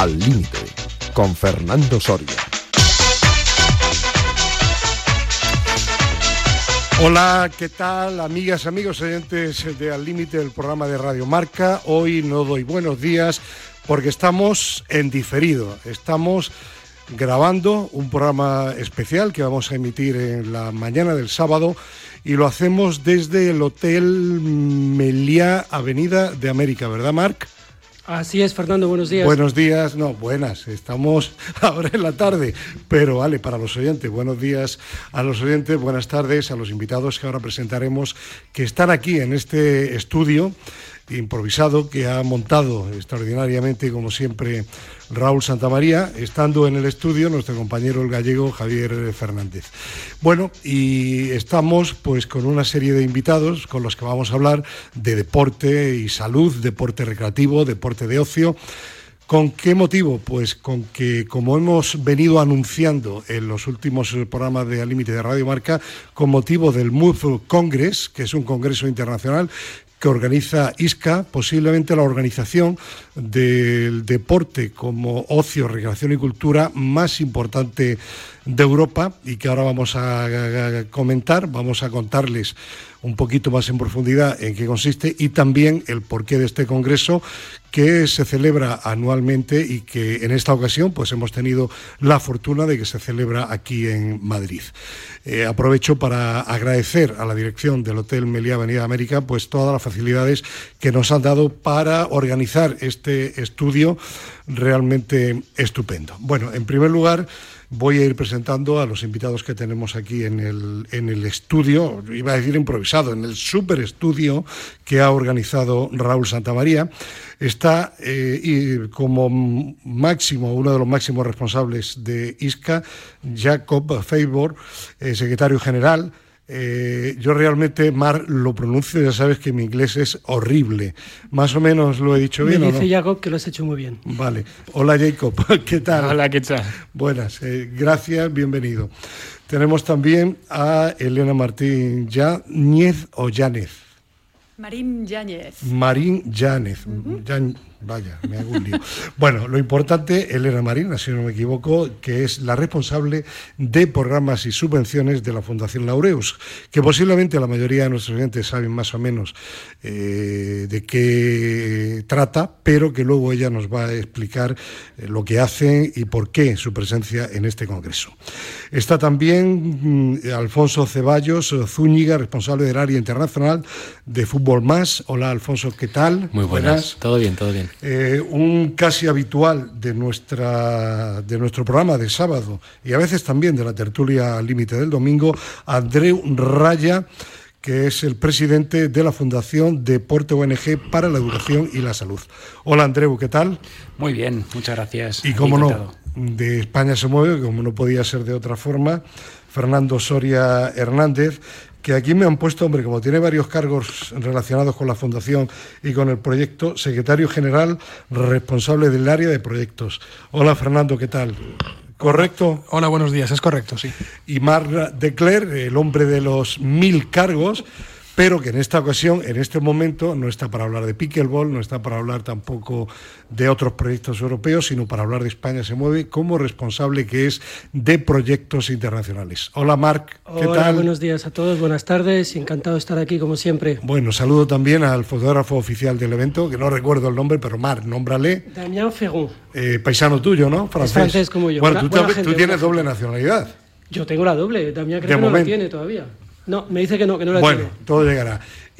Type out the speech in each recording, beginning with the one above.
Al Límite, con Fernando Soria. Hola, ¿qué tal, amigas, amigos oyentes de Al Límite, del programa de Radio Marca? Hoy no doy buenos días porque estamos en diferido. Estamos grabando un programa especial que vamos a emitir en la mañana del sábado y lo hacemos desde el Hotel Meliá, Avenida de América, ¿verdad, Marc? Así es, Fernando, buenos días. Buenos días, no, buenas, estamos ahora en la tarde, pero vale, para los oyentes, buenos días a los oyentes, buenas tardes a los invitados que ahora presentaremos, que están aquí en este estudio improvisado que ha montado extraordinariamente, como siempre, Raúl Santamaría, estando en el estudio nuestro compañero el gallego Javier Fernández. Bueno, y estamos pues con una serie de invitados con los que vamos a hablar de deporte y salud, deporte recreativo, deporte de ocio. ¿Con qué motivo? Pues con que, como hemos venido anunciando en los últimos programas de Al Límite de Radio Marca, con motivo del Move Congress, que es un congreso internacional que organiza ISCA, posiblemente la organización del deporte como ocio, recreación y cultura más importante de Europa, y que ahora vamos a comentar, vamos a contarles un poquito más en profundidad en qué consiste y también el porqué de este congreso que se celebra anualmente y que en esta ocasión pues hemos tenido la fortuna de que se celebra aquí en Madrid. Aprovecho para agradecer a la dirección del Hotel Meliá Avenida de América pues todas las facilidades que nos han dado para organizar este estudio realmente estupendo. Bueno, en primer lugar, voy a ir presentando a los invitados que tenemos aquí en el estudio, iba a decir improvisado, en el super estudio que ha organizado Raúl Santamaría. Está como máximo, uno de los máximos responsables de ISCA, Jacob Favor, secretario general. Yo realmente, Mar, lo pronuncio, ya sabes que mi inglés es horrible. Más o menos lo he dicho bien, ¿o no? Me dice Jacob que lo has hecho muy bien. Vale. Hola, Jacob. ¿Qué tal? Hola, ¿qué tal? Buenas. Gracias, bienvenido. Tenemos también a Elena Martín Yáñez o Yánez. Marín Yáñez. Marín Yáñez. Vaya, me hago un lío. Bueno, lo importante, Elena Marín, si no me equivoco, que es la responsable de programas y subvenciones de la Fundación Laureus, que posiblemente la mayoría de nuestros oyentes saben más o menos de qué trata, pero que luego ella nos va a explicar lo que hace y por qué su presencia en este congreso. Está también Alfonso Ceballos Zúñiga, responsable del área internacional de Fútbol Más. Hola, Alfonso, ¿qué tal? Muy buenas. Todo bien, todo bien. Un casi habitual de nuestro programa de sábado y a veces también de la tertulia Al Límite del domingo, Andreu Raya, que es el presidente de la Fundación Deporte ONG para la Educación y la Salud. Hola, Andreu, ¿qué tal? Muy bien, muchas gracias. Y cómo no, de España se mueve, como no podía ser de otra forma, Fernando Soria Hernández, que aquí me han puesto, hombre, como tiene varios cargos relacionados con la Fundación y con el proyecto, secretario general responsable del área de proyectos. Hola, Fernando, ¿qué tal? ¿Correcto? Hola, buenos días, es correcto, sí. Y Marc Declercq, el hombre de los 1000 cargos, pero que en esta ocasión, en este momento, no está para hablar de pickleball, no está para hablar tampoco de otros proyectos europeos, sino para hablar de España se mueve como responsable que es de proyectos internacionales. Hola, Marc, ¿qué Hola, tal? Buenos días a todos, buenas tardes, encantado de estar aquí como siempre. Bueno, saludo también al fotógrafo oficial del evento, que no recuerdo el nombre, pero Marc, nómbrale. Damien Ferron. Paisano tuyo, ¿no? Francés. Es francés como yo. Bueno, buena tú tienes doble nacionalidad. Yo tengo la doble, Damien creo que no la tiene todavía. No, me dice que no la tiene. Bueno, todo llegará.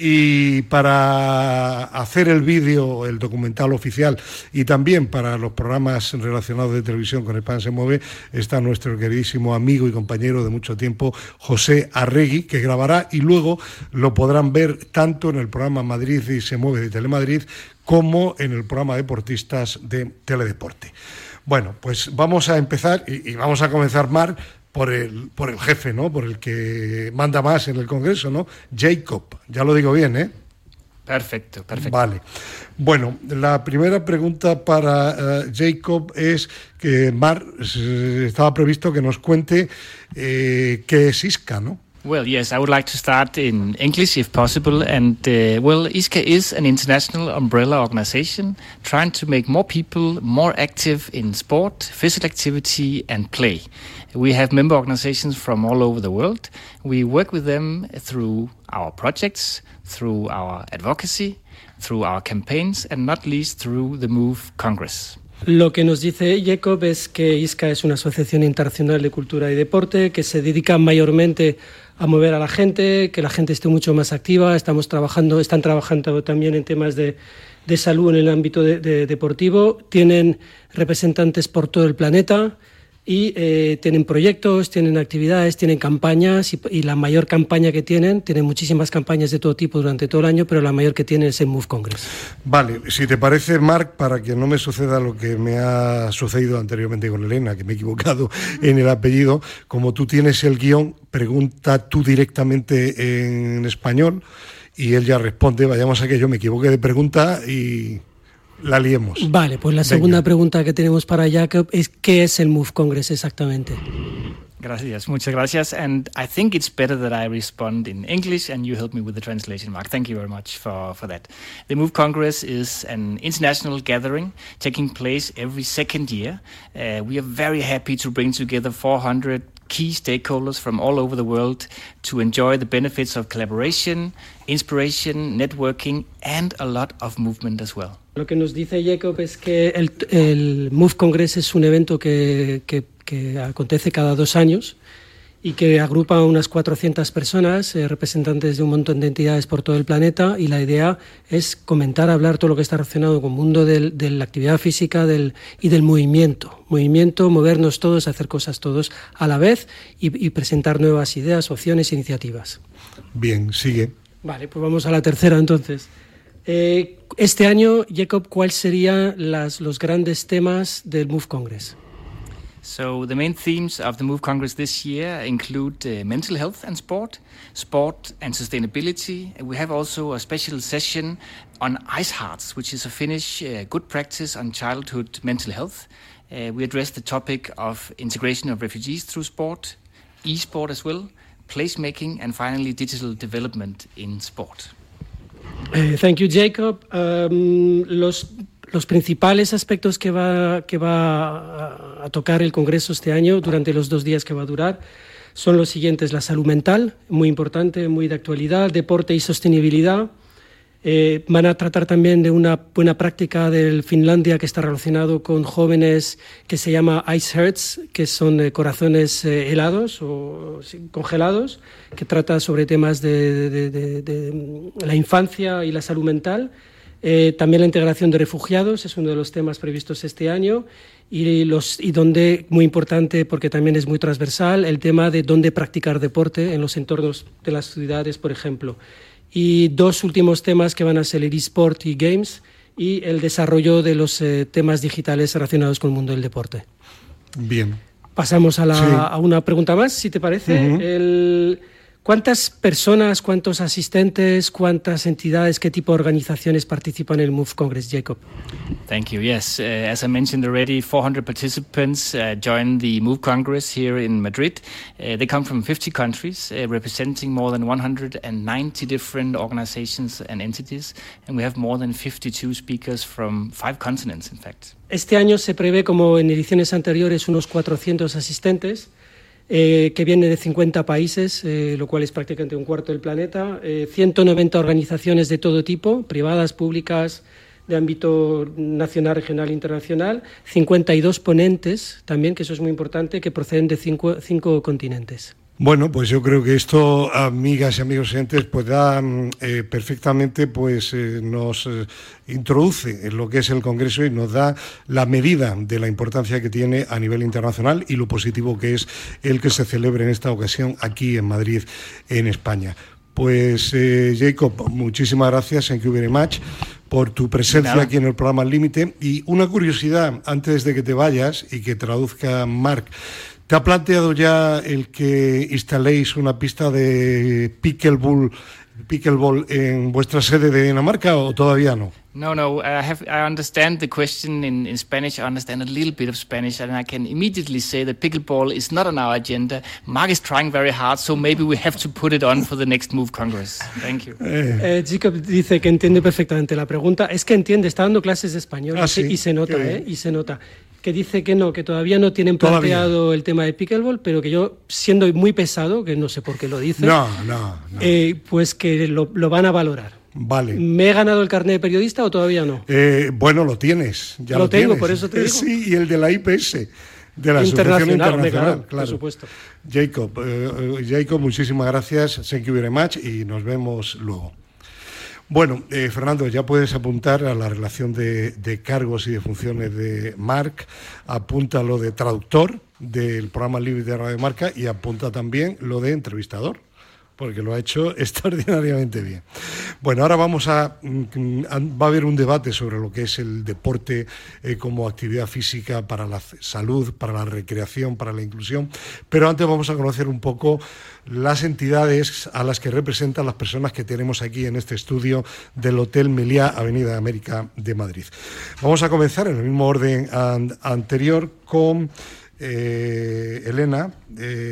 Y para hacer el vídeo, el documental oficial y también para los programas relacionados de televisión con España se mueve, está nuestro queridísimo amigo y compañero de mucho tiempo, José Arregui, que grabará y luego lo podrán ver tanto en el programa Madrid y se mueve de Telemadrid como en el programa Deportistas de Teledeporte. Bueno, pues vamos a empezar y vamos a comenzar, Mar, por el jefe, ¿no? Por el que manda más en el Congreso, ¿no? Jacob, ya lo digo bien, ¿eh? Perfecto. Vale. Bueno, la primera pregunta para Jacob es que Mar estaba previsto que nos cuente qué es ISCA, ¿no? Well, yes, I would like to start in English if possible. And, well, ISCA is an international umbrella organization trying to make more people more active in sport, physical activity and play. We have member organizations from all over the world. We work with them through our projects, through our advocacy, through our campaigns, and not least through the MOVE Congress. Lo que nos dice Jacob es que ISCA es una asociación internacional de cultura y deporte que se dedica mayormente a mover a la gente, que la gente esté mucho más activa. Están trabajando también en temas de salud en el ámbito deportivo. Tienen representantes por todo el planeta y tienen proyectos, tienen actividades, tienen campañas y la mayor campaña que tienen muchísimas campañas de todo tipo durante todo el año, pero la mayor que tienen es el MOVE Congress. Vale, si te parece, Marc, para que no me suceda lo que me ha sucedido anteriormente con Elena, que me he equivocado en el apellido, como tú tienes el guión, pregunta tú directamente en español y él ya responde. Vayamos a que yo me equivoque de pregunta y la liemos. Vale, pues la segunda pregunta que tenemos para Jacob es ¿qué es el MOVE Congress exactamente? Gracias, muchas gracias. And I think it's better that I respond in English and you help me with the translation, Mark. Thank you very much for that. The MOVE Congress is an international gathering taking place every second year. We are very happy to bring together 400 key stakeholders from all over the world to enjoy the benefits of collaboration, inspiration, networking, and a lot of movement as well. Lo que nos dice Jacob es que el MOVE Congress es un evento que acontece cada 2 años y que agrupa a unas 400 personas, representantes de un montón de entidades por todo el planeta, y la idea es comentar, hablar todo lo que está relacionado con el mundo de la actividad física y del movimiento, movernos todos, hacer cosas todos a la vez y presentar nuevas ideas, opciones, iniciativas. Bien, sigue. Vale, pues vamos a la tercera entonces. Este año, Jacob, ¿cuáles serían los grandes temas del MOVE Congress? So the main themes of the MOVE Congress this year include mental health and sport and sustainability. We have also a special session on Ice Hearts, which is a Finnish good practice on childhood mental health. We address the topic of integration of refugees through sport, e-sport as well, placemaking, and finally digital development in sport. Thank you, Jacob. Los principales aspectos que va a tocar el Congreso este año durante los 2 días que va a durar son los siguientes: la salud mental, muy importante, muy de actualidad, deporte y sostenibilidad. Van a tratar también de una buena práctica de Finlandia que está relacionado con jóvenes que se llama Ice Hearts, que son corazones helados o congelados, que trata sobre temas de la infancia y la salud mental. También la integración de refugiados es uno de los temas previstos este año y donde, muy importante porque también es muy transversal, el tema de dónde practicar deporte en los entornos de las ciudades, por ejemplo. Y 2 últimos temas que van a ser el eSport y Games y el desarrollo de los temas digitales relacionados con el mundo del deporte. Bien. Pasamos a una pregunta más, si te parece. ¿Cuántas personas, cuántos asistentes, cuántas entidades, qué tipo de organizaciones participan en el MOVE Congress, Jacob? Thank you. Yes, as I mentioned already, 400 participants join the MOVE Congress here in Madrid. They come from 50 countries, representing more than 190 different organizations and entities, and we have more than 52 speakers from 5 continents, in fact. Este año se prevé, como en ediciones anteriores, unos 400 asistentes, que viene de 50 países, lo cual es prácticamente un cuarto del planeta, 190 organizaciones de todo tipo, privadas, públicas, de ámbito nacional, regional e internacional, 52 ponentes también, que eso es muy importante, que proceden de 5 continentes. Bueno, pues yo creo que esto, amigas y amigos oyentes, pues da perfectamente, pues nos introduce en lo que es el Congreso y nos da la medida de la importancia que tiene a nivel internacional y lo positivo que es el que se celebre en esta ocasión aquí en Madrid, en España. Pues Jacob, muchísimas gracias, thank you very much, por tu presencia aquí en el programa Al Límite. Y una curiosidad, antes de que te vayas y que traduzca Marc, ¿te ha planteado ya el que instaléis una pista de pickleball pickleball en vuestra sede de Dinamarca o todavía no? No, I understand the question in Spanish. I understand a little bit of Spanish, and I can immediately say that pickleball is not on our agenda. Mark is trying very hard, so maybe we have to put it on for the next Move Congress. Thank you. Jacob dice que entiende perfectamente la pregunta. Es que entiende, está dando clases de español sí. y se nota, y se nota. Que dice que no, que todavía no tienen planteado el tema de pickleball, pero que yo, siendo muy pesado, que no sé por qué lo dice, no. Pues que lo van a valorar. Vale. ¿Me he ganado el carnet de periodista o todavía no? Bueno, lo tienes. Ya lo tengo, tienes. Por eso te digo. Sí, y el de la IPS, de la Asociación Internacional, claro, por supuesto. Jacob, muchísimas gracias. Thank you very much y nos vemos luego. Bueno, Fernando, ya puedes apuntar a la relación de cargos y de funciones de Marc, apunta lo de traductor del programa Libre de Radio Marca y apunta también lo de entrevistador, porque lo ha hecho extraordinariamente bien. Bueno, ahora va a haber un debate sobre lo que es el deporte como actividad física para la salud, para la recreación, para la inclusión, pero antes vamos a conocer un poco las entidades a las que representan las personas que tenemos aquí en este estudio del Hotel Meliá, Avenida América de Madrid. Vamos a comenzar en el mismo orden anterior con Elena,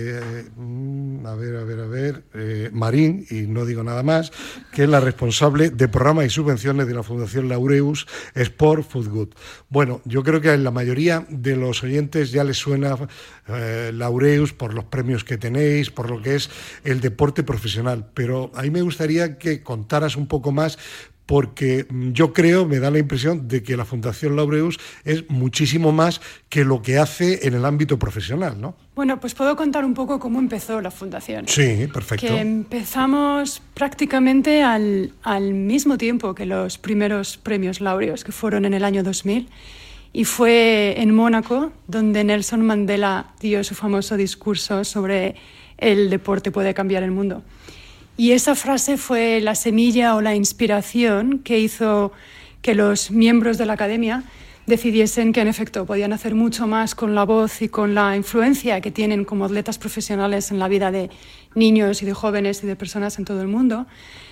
Marín, y no digo nada más, que es la responsable de programas y subvenciones de la Fundación Laureus Sport Food Good. Bueno, yo creo que a la mayoría de los oyentes ya les suena Laureus por los premios que tenéis, por lo que es el deporte profesional, pero a mí me gustaría que contaras un poco más, porque yo creo, me da la impresión de que la Fundación Laureus es muchísimo más que lo que hace en el ámbito profesional, ¿no? Bueno, pues puedo contar un poco cómo empezó la Fundación. Sí, perfecto. Que empezamos prácticamente al mismo tiempo que los primeros premios Laureus, que fueron en el año 2000, y fue en Mónaco, donde Nelson Mandela dio su famoso discurso sobre el deporte puede cambiar el mundo. Y esa frase fue la semilla o la inspiración que hizo que los miembros de la academia decidiesen que en efecto podían hacer mucho más con la voz y con la influencia que tienen como atletas profesionales en la vida de niños y de jóvenes y de personas en todo el mundo,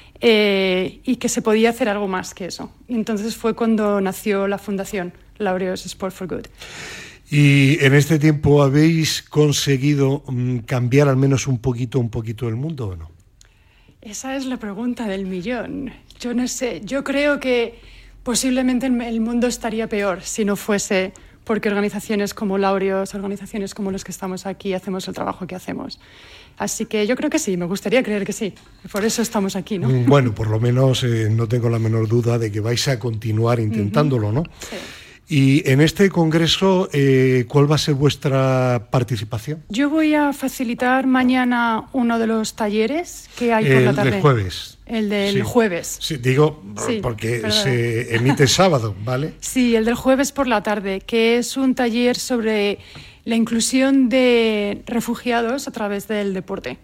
y que se podía hacer algo más que eso. Y entonces fue cuando nació la Fundación Laureus Sport for Good. ¿Y en este tiempo habéis conseguido cambiar al menos un poquito el mundo o no? Esa es la pregunta del millón. Yo no sé, yo creo que posiblemente el mundo estaría peor si no fuese porque organizaciones como Laureus, organizaciones como los que estamos aquí, hacemos el trabajo que hacemos. Así que yo creo que sí, me gustaría creer que sí. Por eso estamos aquí, ¿no? Bueno, por lo menos no tengo la menor duda de que vais a continuar intentándolo, ¿no? Sí. Y en este congreso, ¿cuál va a ser vuestra participación? Yo voy a facilitar mañana uno de los talleres que hay por la tarde. El del jueves. El del jueves. Sí, digo, sí, porque se emite sábado, ¿vale? Sí, el del jueves por la tarde, que es un taller sobre la inclusión de refugiados a través del deporte.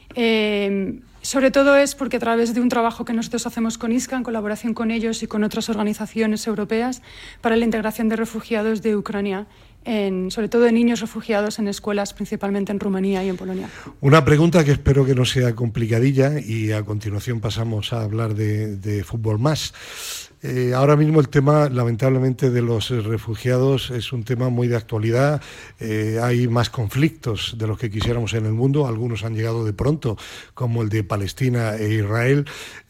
Sobre todo es porque a través de un trabajo que nosotros hacemos con ISCA, en colaboración con ellos y con otras organizaciones europeas, para la integración de refugiados de Ucrania, sobre todo de niños refugiados en escuelas, principalmente en Rumanía y en Polonia. Una pregunta que espero que no sea complicadilla y a continuación pasamos a hablar de fútbol más. Ahora mismo el tema, lamentablemente, de los refugiados es un tema muy de actualidad. Hay más conflictos de los que quisiéramos en el mundo. Algunos han llegado de pronto, como el de Palestina e Israel.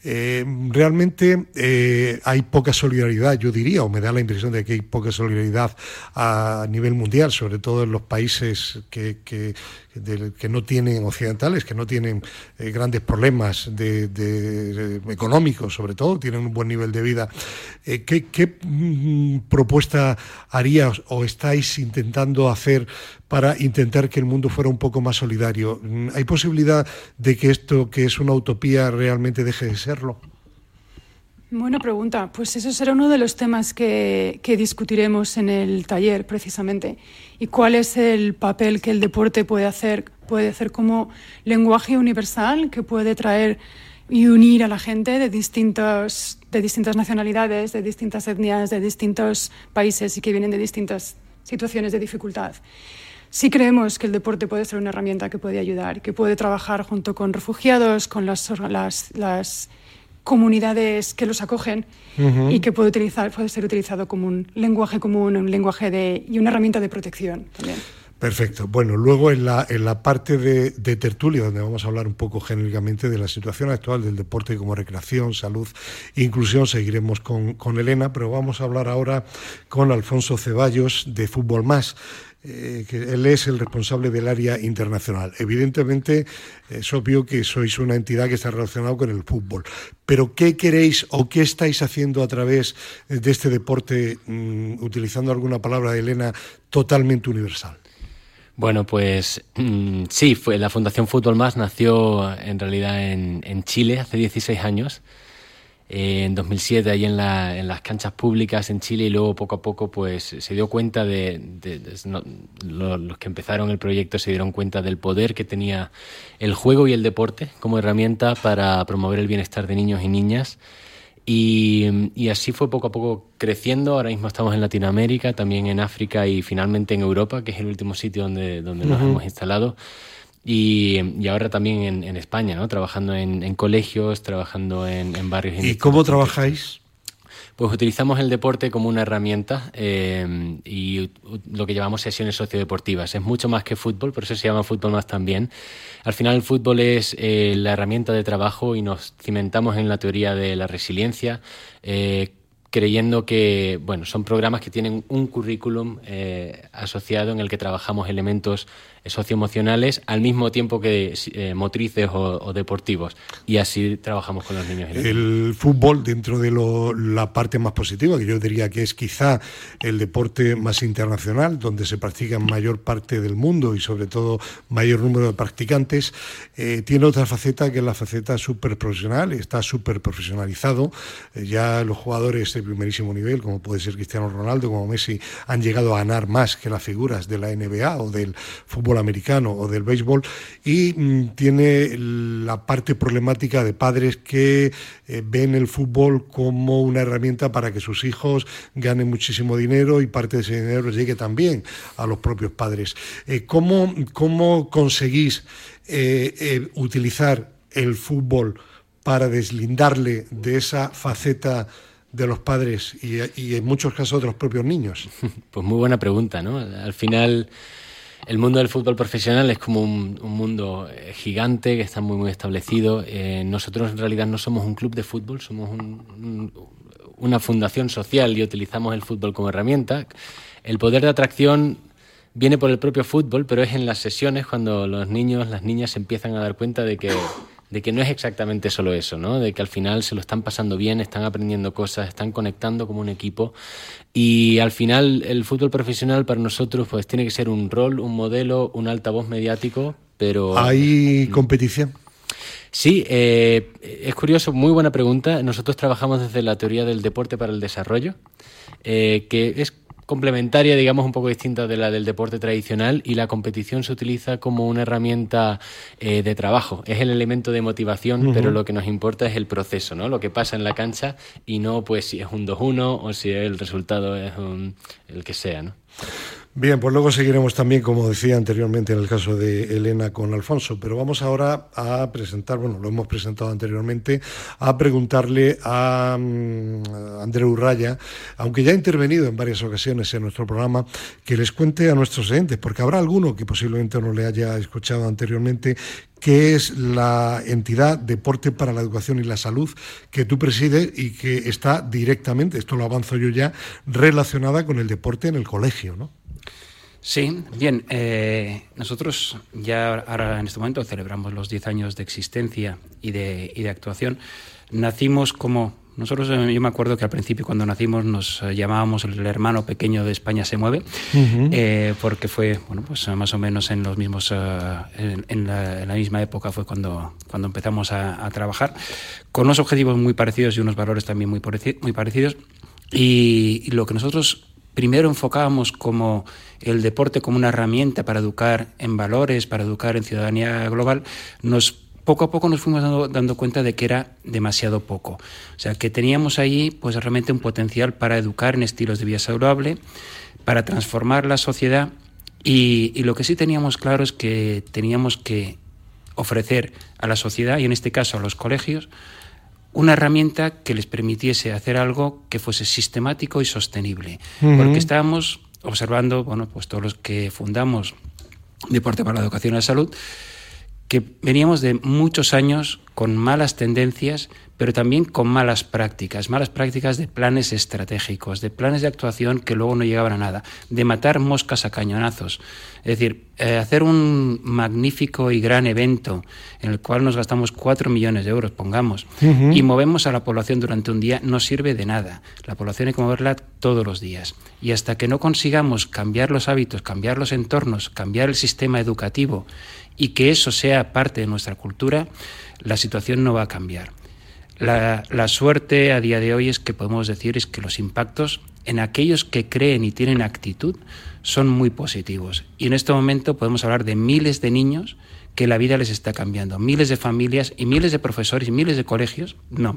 Realmente hay poca solidaridad, yo diría, o me da la impresión de que hay poca solidaridad a nivel mundial, sobre todo en los países que no tienen occidentales, que no tienen grandes problemas económicos, sobre todo, tienen un buen nivel de vida. ¿Qué propuesta harías o estáis intentando hacer para intentar que el mundo fuera un poco más solidario? ¿Hay posibilidad de que esto, que es una utopía, realmente deje de serlo? Buena pregunta. Pues eso será uno de los temas que discutiremos en el taller, precisamente. ¿Y cuál es el papel que el deporte puede hacer como lenguaje universal que puede traer y unir a la gente de distintas nacionalidades, de distintas etnias, de distintos países y que vienen de distintas situaciones de dificultad? sí creemos que el deporte puede ser una herramienta que puede ayudar, que puede trabajar junto con refugiados, con las comunidades que los acogen y que puede ser utilizado como un lenguaje común, un lenguaje y una herramienta de protección también. Perfecto. Bueno, luego en la parte de tertulia, donde vamos a hablar un poco genéricamente de la situación actual del deporte como recreación, salud e inclusión, seguiremos con Elena, pero vamos a hablar ahora con Alfonso Ceballos de Fútbol Más. Que él es el responsable del área internacional. Evidentemente es obvio que sois una entidad que está relacionada con el fútbol, pero ¿qué queréis o qué estáis haciendo a través de este deporte, utilizando alguna palabra de Elena, totalmente universal? Bueno, pues sí, la Fundación Fútbol Más nació en realidad en Chile hace 16 años, en 2007, ahí en las canchas públicas en Chile, y luego poco a poco pues se dio cuenta los que empezaron el proyecto se dieron cuenta del poder que tenía el juego y el deporte como herramienta para promover el bienestar de niños y niñas. Y así fue poco a poco creciendo. Ahora mismo estamos en Latinoamérica, también en África y finalmente en Europa, que es el último sitio donde nos hemos instalado. Y ahora también en España, ¿no? Trabajando en colegios, trabajando en barrios. ¿Y cómo trabajáis? Pues utilizamos el deporte como una herramienta y lo que llamamos sesiones sociodeportivas. Es mucho más que fútbol, por eso se llama Fútbol Más también. Al final el fútbol es la herramienta de trabajo y nos cimentamos en la teoría de la resiliencia, creyendo que son programas que tienen un currículum asociado en el que trabajamos elementos socioemocionales al mismo tiempo que motrices o deportivos, y así trabajamos con los niños. El fútbol, dentro de la parte más positiva, que yo diría que es quizá el deporte más internacional, donde se practica en mayor parte del mundo y sobre todo mayor número de practicantes, tiene otra faceta, que es la faceta súper profesional, está súper profesionalizado. Ya los jugadores de primerísimo nivel, como puede ser Cristiano Ronaldo, como Messi, han llegado a ganar más que las figuras de la NBA o del fútbol americano o del béisbol, y tiene la parte problemática de padres que ven el fútbol como una herramienta para que sus hijos ganen muchísimo dinero y parte de ese dinero llegue también a los propios padres. ¿Cómo conseguís utilizar el fútbol para deslindarle de esa faceta de los padres y en muchos casos de los propios niños? Pues muy buena pregunta, ¿no? Al final el mundo del fútbol profesional es como un mundo gigante que está muy, muy establecido. Nosotros en realidad no somos un club de fútbol, somos una fundación social y utilizamos el fútbol como herramienta. El poder de atracción viene por el propio fútbol, pero es en las sesiones cuando los niños, las niñas se empiezan a dar cuenta de que no es exactamente solo eso, ¿no? De que al final se lo están pasando bien, están aprendiendo cosas, están conectando como un equipo, y al final el fútbol profesional para nosotros pues tiene que ser un rol, un modelo, un altavoz mediático, pero... ¿Hay competición? Sí, es curioso, muy buena pregunta. Nosotros trabajamos desde la teoría del deporte para el desarrollo, que es complementaria, digamos, un poco distinta de la del deporte tradicional, y la competición se utiliza como una herramienta de trabajo. Es el elemento de motivación, pero lo que nos importa es el proceso, ¿no? Lo que pasa en la cancha, y no pues si es un 2-1 o si el resultado es el que sea, ¿no? Bien, pues luego seguiremos también, como decía anteriormente en el caso de Elena, con Alfonso, pero vamos ahora a presentar, lo hemos presentado anteriormente, a preguntarle a Andreu Raya, aunque ya ha intervenido en varias ocasiones en nuestro programa, que les cuente a nuestros oyentes, porque habrá alguno que posiblemente no le haya escuchado anteriormente, que es la entidad Deporte para la Educación y la Salud que tú presides y que está directamente, esto lo avanzo yo ya, relacionada con el deporte en el colegio, ¿no? Sí, bien, nosotros ya ahora en este momento celebramos los 10 años de existencia y de actuación. Nacimos como... Nosotros, yo me acuerdo que al principio cuando nacimos nos llamábamos el hermano pequeño de España se mueve, porque fue, pues más o menos en los mismos, en la misma época fue cuando empezamos a trabajar, con unos objetivos muy parecidos y unos valores también muy parecidos, y lo que nosotros primero enfocábamos como el deporte como una herramienta para educar en valores, para educar en ciudadanía global, poco a poco nos fuimos dando cuenta de que era demasiado poco. O sea, que teníamos ahí pues realmente un potencial para educar en estilos de vida saludable, para transformar la sociedad Y lo que sí teníamos claro es que teníamos que ofrecer a la sociedad, y en este caso a los colegios, una herramienta que les permitiese hacer algo que fuese sistemático y sostenible. Porque estábamos observando, bueno, pues todos los que fundamos Deporte para la Educación y la Salud, que veníamos de muchos años con malas tendencias, pero también con malas prácticas de planes estratégicos, de planes de actuación que luego no llegaban a nada, de matar moscas a cañonazos. Es decir, hacer un magnífico y gran evento en el cual nos gastamos 4 millones de euros, pongamos, y movemos a la población durante un día, no sirve de nada. La población hay que moverla todos los días. Y hasta que no consigamos cambiar los hábitos, cambiar los entornos, cambiar el sistema educativo y que eso sea parte de nuestra cultura, la situación no va a cambiar. La suerte a día de hoy es que podemos decir es que los impactos en aquellos que creen y tienen actitud son muy positivos. Y en este momento podemos hablar de miles de niños que la vida les está cambiando, miles de familias y miles de profesores y miles de colegios,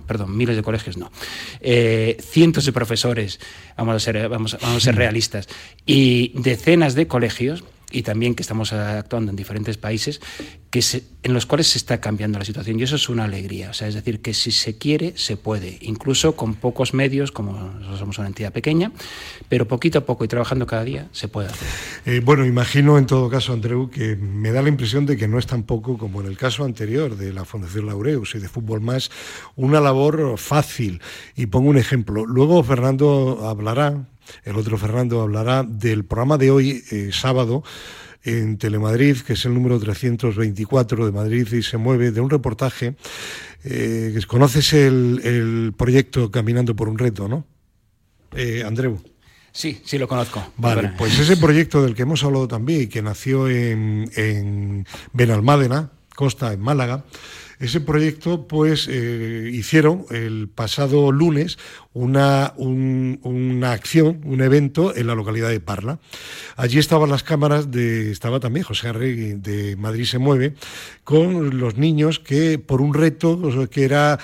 cientos de profesores, vamos a ser realistas, y decenas de colegios, y también que estamos actuando en diferentes países en los cuales se está cambiando la situación, y eso es una alegría. O sea, es decir, que si se quiere, se puede, incluso con pocos medios, como nosotros somos una entidad pequeña, pero poquito a poco y trabajando cada día se puede hacer. Bueno, imagino en todo caso, Andreu, que me da la impresión de que no es tampoco, como en el caso anterior de la Fundación Laureus y de Fútbol Más, una labor fácil. Y pongo un ejemplo. Luego el otro Fernando hablará del programa de hoy, sábado, en Telemadrid, que es el número 324 de Madrid y se mueve, de un reportaje. ¿Conoces el proyecto Caminando por un Reto, no? Andreu. Sí lo conozco. Vale, pues ese proyecto del que hemos hablado también y que nació en Benalmádena, Costa, en Málaga. Ese proyecto, pues, hicieron el pasado lunes una acción, un evento en la localidad de Parla. Allí estaban las cámaras estaba también José Arregui de Madrid se mueve, con los niños que por un reto que era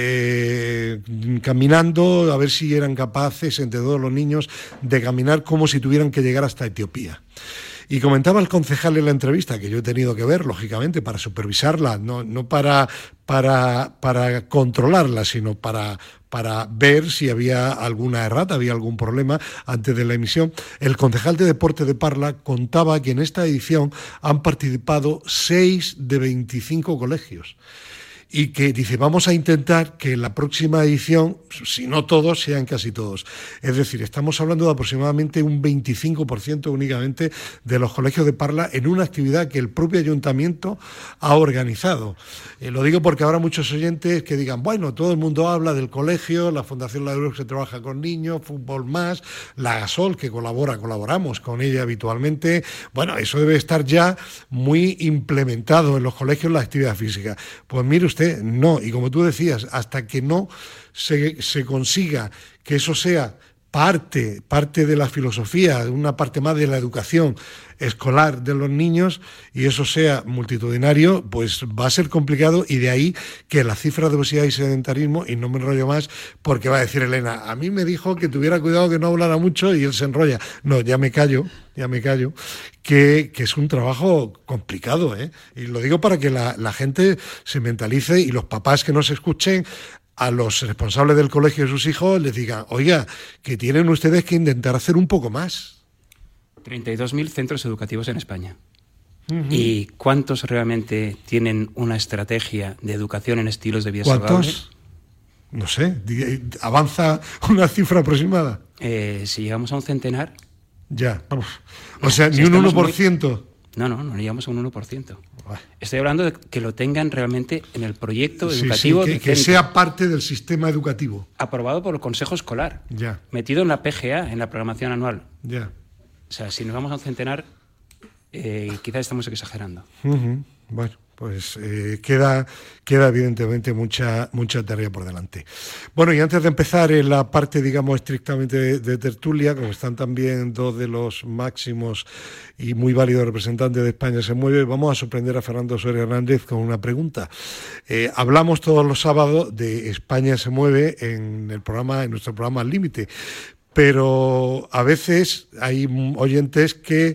caminando, a ver si eran capaces, entre todos los niños, de caminar como si tuvieran que llegar hasta Etiopía. Y comentaba el concejal en la entrevista, que yo he tenido que ver, lógicamente, para supervisarla, no para controlarla, sino para ver si había alguna errata, había algún problema antes de la emisión. El concejal de Deporte de Parla contaba que en esta edición han participado 6 de 25 colegios. Y que dice, vamos a intentar que en la próxima edición, si no todos, sean casi todos. Es decir, estamos hablando de aproximadamente un 25% únicamente de los colegios de Parla en una actividad que el propio ayuntamiento ha organizado. Lo digo porque habrá muchos oyentes que digan, bueno, todo el mundo habla del colegio, la Fundación Laureus que trabaja con niños, Fútbol Más, la Gasol que colaboramos con ella habitualmente. Bueno, eso debe estar ya muy implementado en los colegios, la actividad física. Pues mire usted, no, y como tú decías, hasta que no se consiga que eso sea parte de la filosofía, una parte más de la educación escolar de los niños, y eso sea multitudinario, pues va a ser complicado, y de ahí que las cifras de obesidad y sedentarismo, y no me enrollo más, porque va a decir Elena, a mí me dijo que tuviera cuidado que no hablara mucho, y él se enrolla. No, ya me callo, que es un trabajo complicado, ¿eh? Y lo digo para que la gente se mentalice, y los papás que nos escuchen, a los responsables del colegio de sus hijos les digan, oiga, que tienen ustedes que intentar hacer un poco más. 32.000 centros educativos en España. ¿Y cuántos realmente tienen una estrategia de educación en estilos de vida saludable? ¿Cuántos? No sé, ¿avanza una cifra aproximada? Si llegamos a un centenar... Ya, vamos. O sea, ni un 1%. No llegamos a un 1%. Estoy hablando de que lo tengan realmente en el proyecto educativo. Sí, que sea parte del sistema educativo. Aprobado por el Consejo Escolar. Ya. Metido en la PGA, en la programación anual. Ya. O sea, si nos vamos a un centenar, quizás estamos exagerando. Bueno, pues queda evidentemente mucha tarea por delante. Bueno, y antes de empezar en la parte, digamos, estrictamente de tertulia, como están también dos de los máximos y muy válidos representantes de España se mueve, vamos a sorprender a Fernando Soria Hernández con una pregunta. Hablamos todos los sábados de España se mueve en nuestro programa Al Límite, pero a veces hay oyentes que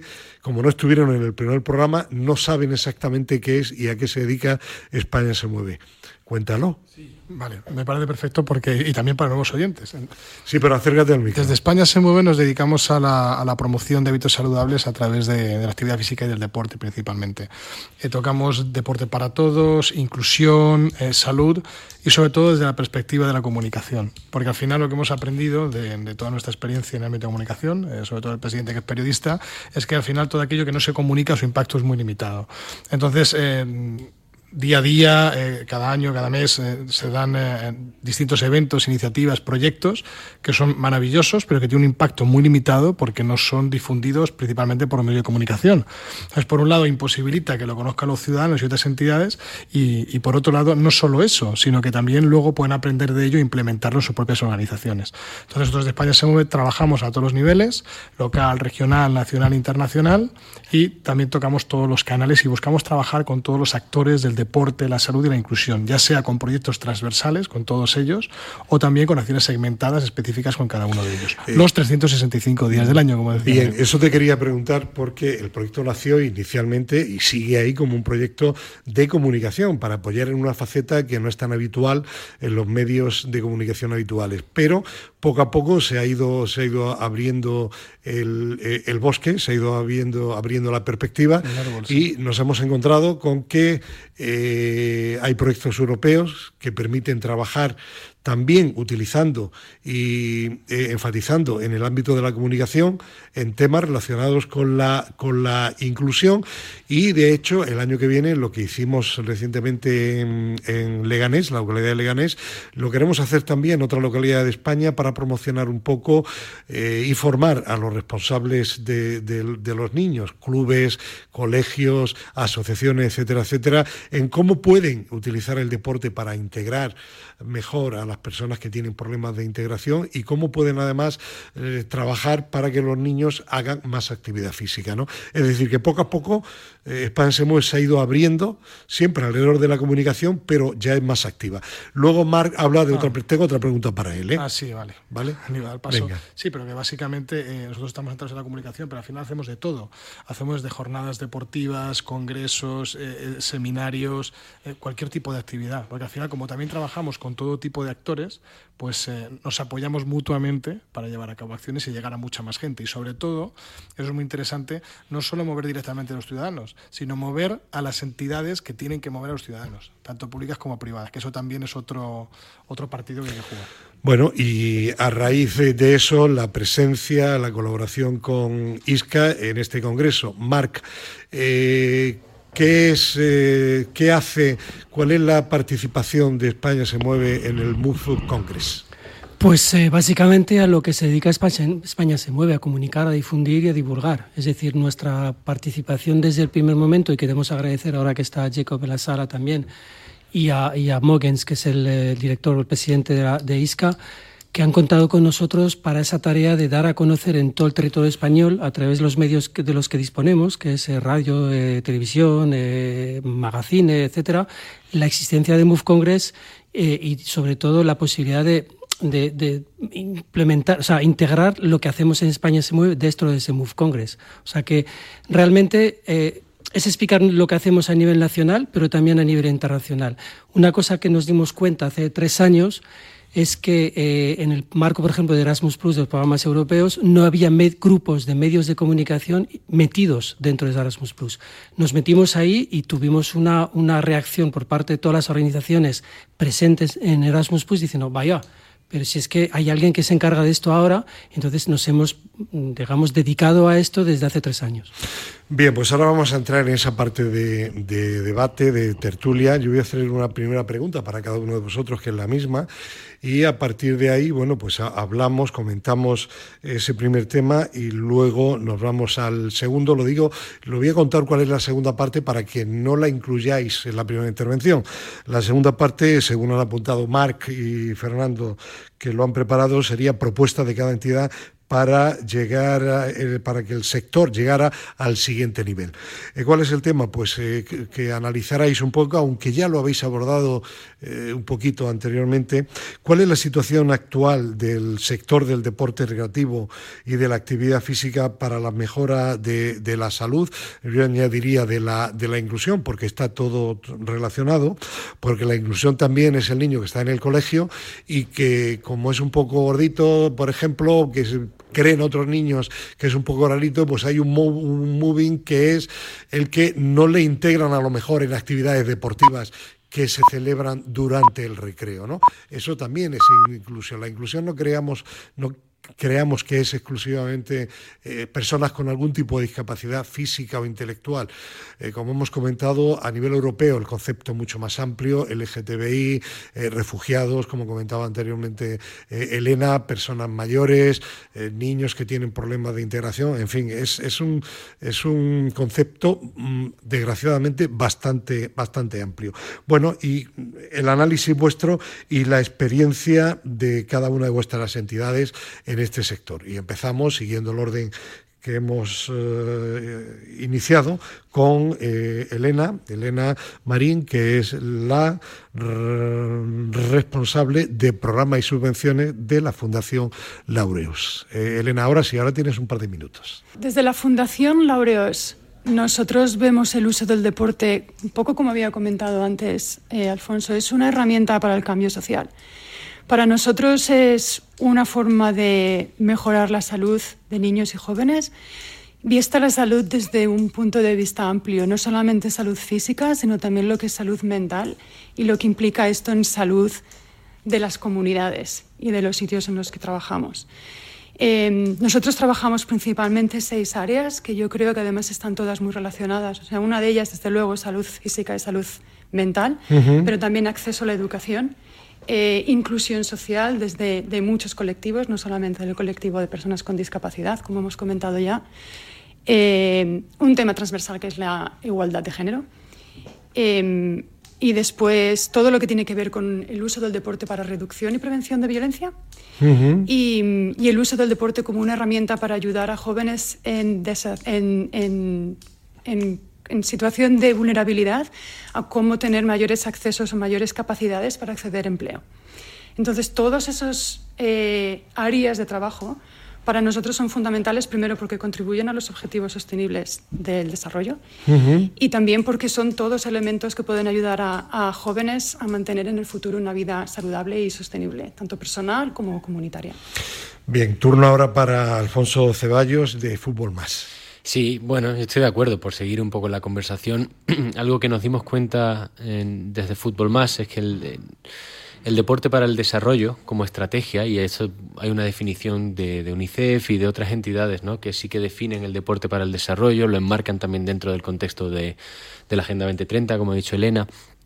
como no estuvieron en el primer programa, no saben exactamente qué es y a qué se dedica España se mueve. Cuéntalo. Sí, vale, me parece perfecto y también para nuevos oyentes. Sí, pero acércate al micro. Desde España se mueve nos dedicamos a la promoción de hábitos saludables a través de la actividad física y del deporte principalmente. Tocamos deporte para todos, inclusión, salud y sobre todo desde la perspectiva de la comunicación. Porque al final lo que hemos aprendido de toda nuestra experiencia en el ámbito de comunicación, sobre todo el presidente que es periodista, es que al final todo aquello que no se comunica, su impacto es muy limitado. Entonces, día a día, cada año, cada mes, se dan distintos eventos, iniciativas, proyectos que son maravillosos, pero que tienen un impacto muy limitado porque no son difundidos principalmente por medio de comunicación. Entonces, por un lado, imposibilita que lo conozcan los ciudadanos y otras entidades y por otro lado, no solo eso, sino que también luego pueden aprender de ello e implementarlo en sus propias organizaciones. Entonces, nosotros de España se mueve, trabajamos a todos los niveles, local, regional, nacional, internacional, y también tocamos todos los canales y buscamos trabajar con todos los actores del deporte, la salud y la inclusión, ya sea con proyectos transversales, con todos ellos, o también con acciones segmentadas específicas con cada uno de ellos. Los 365 días del año, como decía. Bien, eso te quería preguntar porque el proyecto nació inicialmente y sigue ahí como un proyecto de comunicación para apoyar en una faceta que no es tan habitual en los medios de comunicación habituales, pero poco a poco se ha ido abriendo el bosque, se ha ido abriendo la perspectiva y nos hemos encontrado con que hay proyectos europeos que permiten trabajar también utilizando y enfatizando en el ámbito de la comunicación en temas relacionados con la inclusión, y de hecho el año que viene lo que hicimos recientemente en Leganés, la localidad de Leganés, lo queremos hacer también en otra localidad de España para promocionar un poco y formar a los responsables de los niños, clubes, colegios, asociaciones, etcétera, etcétera, en cómo pueden utilizar el deporte para integrar mejor a las personas que tienen problemas de integración y cómo pueden además trabajar para que los niños hagan más actividad física, ¿no? Es decir, que poco a poco España se mueve, se ha ido abriendo siempre alrededor de la comunicación, pero ya es más activa. Luego Marc habla de tengo otra pregunta para él, ¿eh? Sí, vale. Aníbal, paso. Venga. Sí, pero que básicamente nosotros estamos centrados en la comunicación, pero al final hacemos de todo. Hacemos desde jornadas deportivas, congresos, seminarios, cualquier tipo de actividad, porque al final, como también trabajamos con todo tipo de actores, pues nos apoyamos mutuamente para llevar a cabo acciones y llegar a mucha más gente. Y sobre todo, eso es muy interesante, no solo mover directamente a los ciudadanos, sino mover a las entidades que tienen que mover a los ciudadanos, tanto públicas como privadas, que eso también es otro partido que hay que jugar. Bueno, y a raíz de eso, la presencia, la colaboración con ISCA en este congreso. Marc, ¿qué hace? ¿Cuál es la participación de España se mueve en el Move Food Congress? Pues básicamente a lo que se dedica España se mueve, a comunicar, a difundir y a divulgar. Es decir, nuestra participación desde el primer momento, y queremos agradecer ahora que está Jacob en la sala también, y a Mogens, que es el director o el presidente de ISCA, que han contado con nosotros para esa tarea de dar a conocer en todo el territorio español, a través de los medios de los que disponemos, que es radio, televisión, magazine, etcétera, la existencia de Move Congress y sobre todo la posibilidad de implementar, o sea, integrar lo que hacemos en España se mueve dentro de ese Move Congress. O sea que realmente es explicar lo que hacemos a nivel nacional, pero también a nivel internacional. Una cosa que nos dimos cuenta hace 3 años es que en el marco, por ejemplo, de Erasmus+, de los programas europeos, no había grupos de medios de comunicación metidos dentro de Erasmus+. Nos metimos ahí y tuvimos una reacción por parte de todas las organizaciones presentes en Erasmus+, diciendo, vaya, pero si es que hay alguien que se encarga de esto ahora, entonces nos hemos, digamos, dedicado a esto desde hace 3 años. Bien, pues ahora vamos a entrar en esa parte de debate, de tertulia. Yo voy a hacer una primera pregunta para cada uno de vosotros, que es la misma, y a partir de ahí, bueno, pues hablamos, comentamos ese primer tema y luego nos vamos al segundo. Lo voy a contar cuál es la segunda parte para que no la incluyáis en la primera intervención. La segunda parte, según han apuntado Marc y Fernando, que lo han preparado, sería propuesta de cada entidad para para que el sector llegara al siguiente nivel. ¿Cuál es el tema? Pues que analizarais un poco, aunque ya lo habéis abordado un poquito anteriormente, cuál es la situación actual del sector del deporte recreativo y de la actividad física para la mejora de la salud, yo añadiría de la inclusión, porque está todo relacionado, porque la inclusión también es el niño que está en el colegio y que, como es un poco gordito, por ejemplo, que creen otros niños que es un poco rarito, pues hay un moving que es el que no le integran a lo mejor en actividades deportivas que se celebran durante el recreo, ¿no? Eso también es inclusión. La inclusión no creamos que es exclusivamente personas con algún tipo de discapacidad física o intelectual. Como hemos comentado, a nivel europeo el concepto es mucho más amplio, LGTBI, refugiados, como comentaba anteriormente Elena, personas mayores, niños que tienen problemas de integración, en fin, es un concepto desgraciadamente bastante amplio. Bueno, y el análisis vuestro y la experiencia de cada una de vuestras entidades en este sector. Y empezamos siguiendo el orden que hemos iniciado con Elena Marín, que es la responsable de programa y subvenciones de la Fundación Laureus. Elena, ahora tienes un par de minutos. Desde la Fundación Laureus, nosotros vemos el uso del deporte, un poco como había comentado antes Alfonso, es una herramienta para el cambio social. Para nosotros es una forma de mejorar la salud de niños y jóvenes, vista la salud desde un punto de vista amplio, no solamente salud física, sino también lo que es salud mental y lo que implica esto en salud de las comunidades y de los sitios en los que trabajamos. Nosotros trabajamos principalmente 6 áreas que yo creo que además están todas muy relacionadas. O sea, una de ellas, desde luego, es salud física y salud mental, pero también acceso a la educación. Inclusión social de muchos colectivos, no solamente del colectivo de personas con discapacidad, como hemos comentado ya. Un tema transversal que es la igualdad de género. Y después todo lo que tiene que ver con el uso del deporte para reducción y prevención de violencia. Y el uso del deporte como una herramienta para ayudar a jóvenes en situación de vulnerabilidad a cómo tener mayores accesos o mayores capacidades para acceder a empleo. Entonces, todas esas áreas de trabajo para nosotros son fundamentales, primero porque contribuyen a los objetivos sostenibles del desarrollo y también porque son todos elementos que pueden ayudar a jóvenes a mantener en el futuro una vida saludable y sostenible, tanto personal como comunitaria. Bien, turno ahora para Alfonso Ceballos de Fútbol Más. Sí, bueno, estoy de acuerdo, por seguir un poco la conversación. Algo que nos dimos cuenta desde Fútbol Más es que el deporte para el desarrollo como estrategia, y eso hay una definición de UNICEF y de otras entidades, ¿no?, que sí que definen el deporte para el desarrollo, lo enmarcan también dentro del contexto de la Agenda 2030, como ha dicho Elena.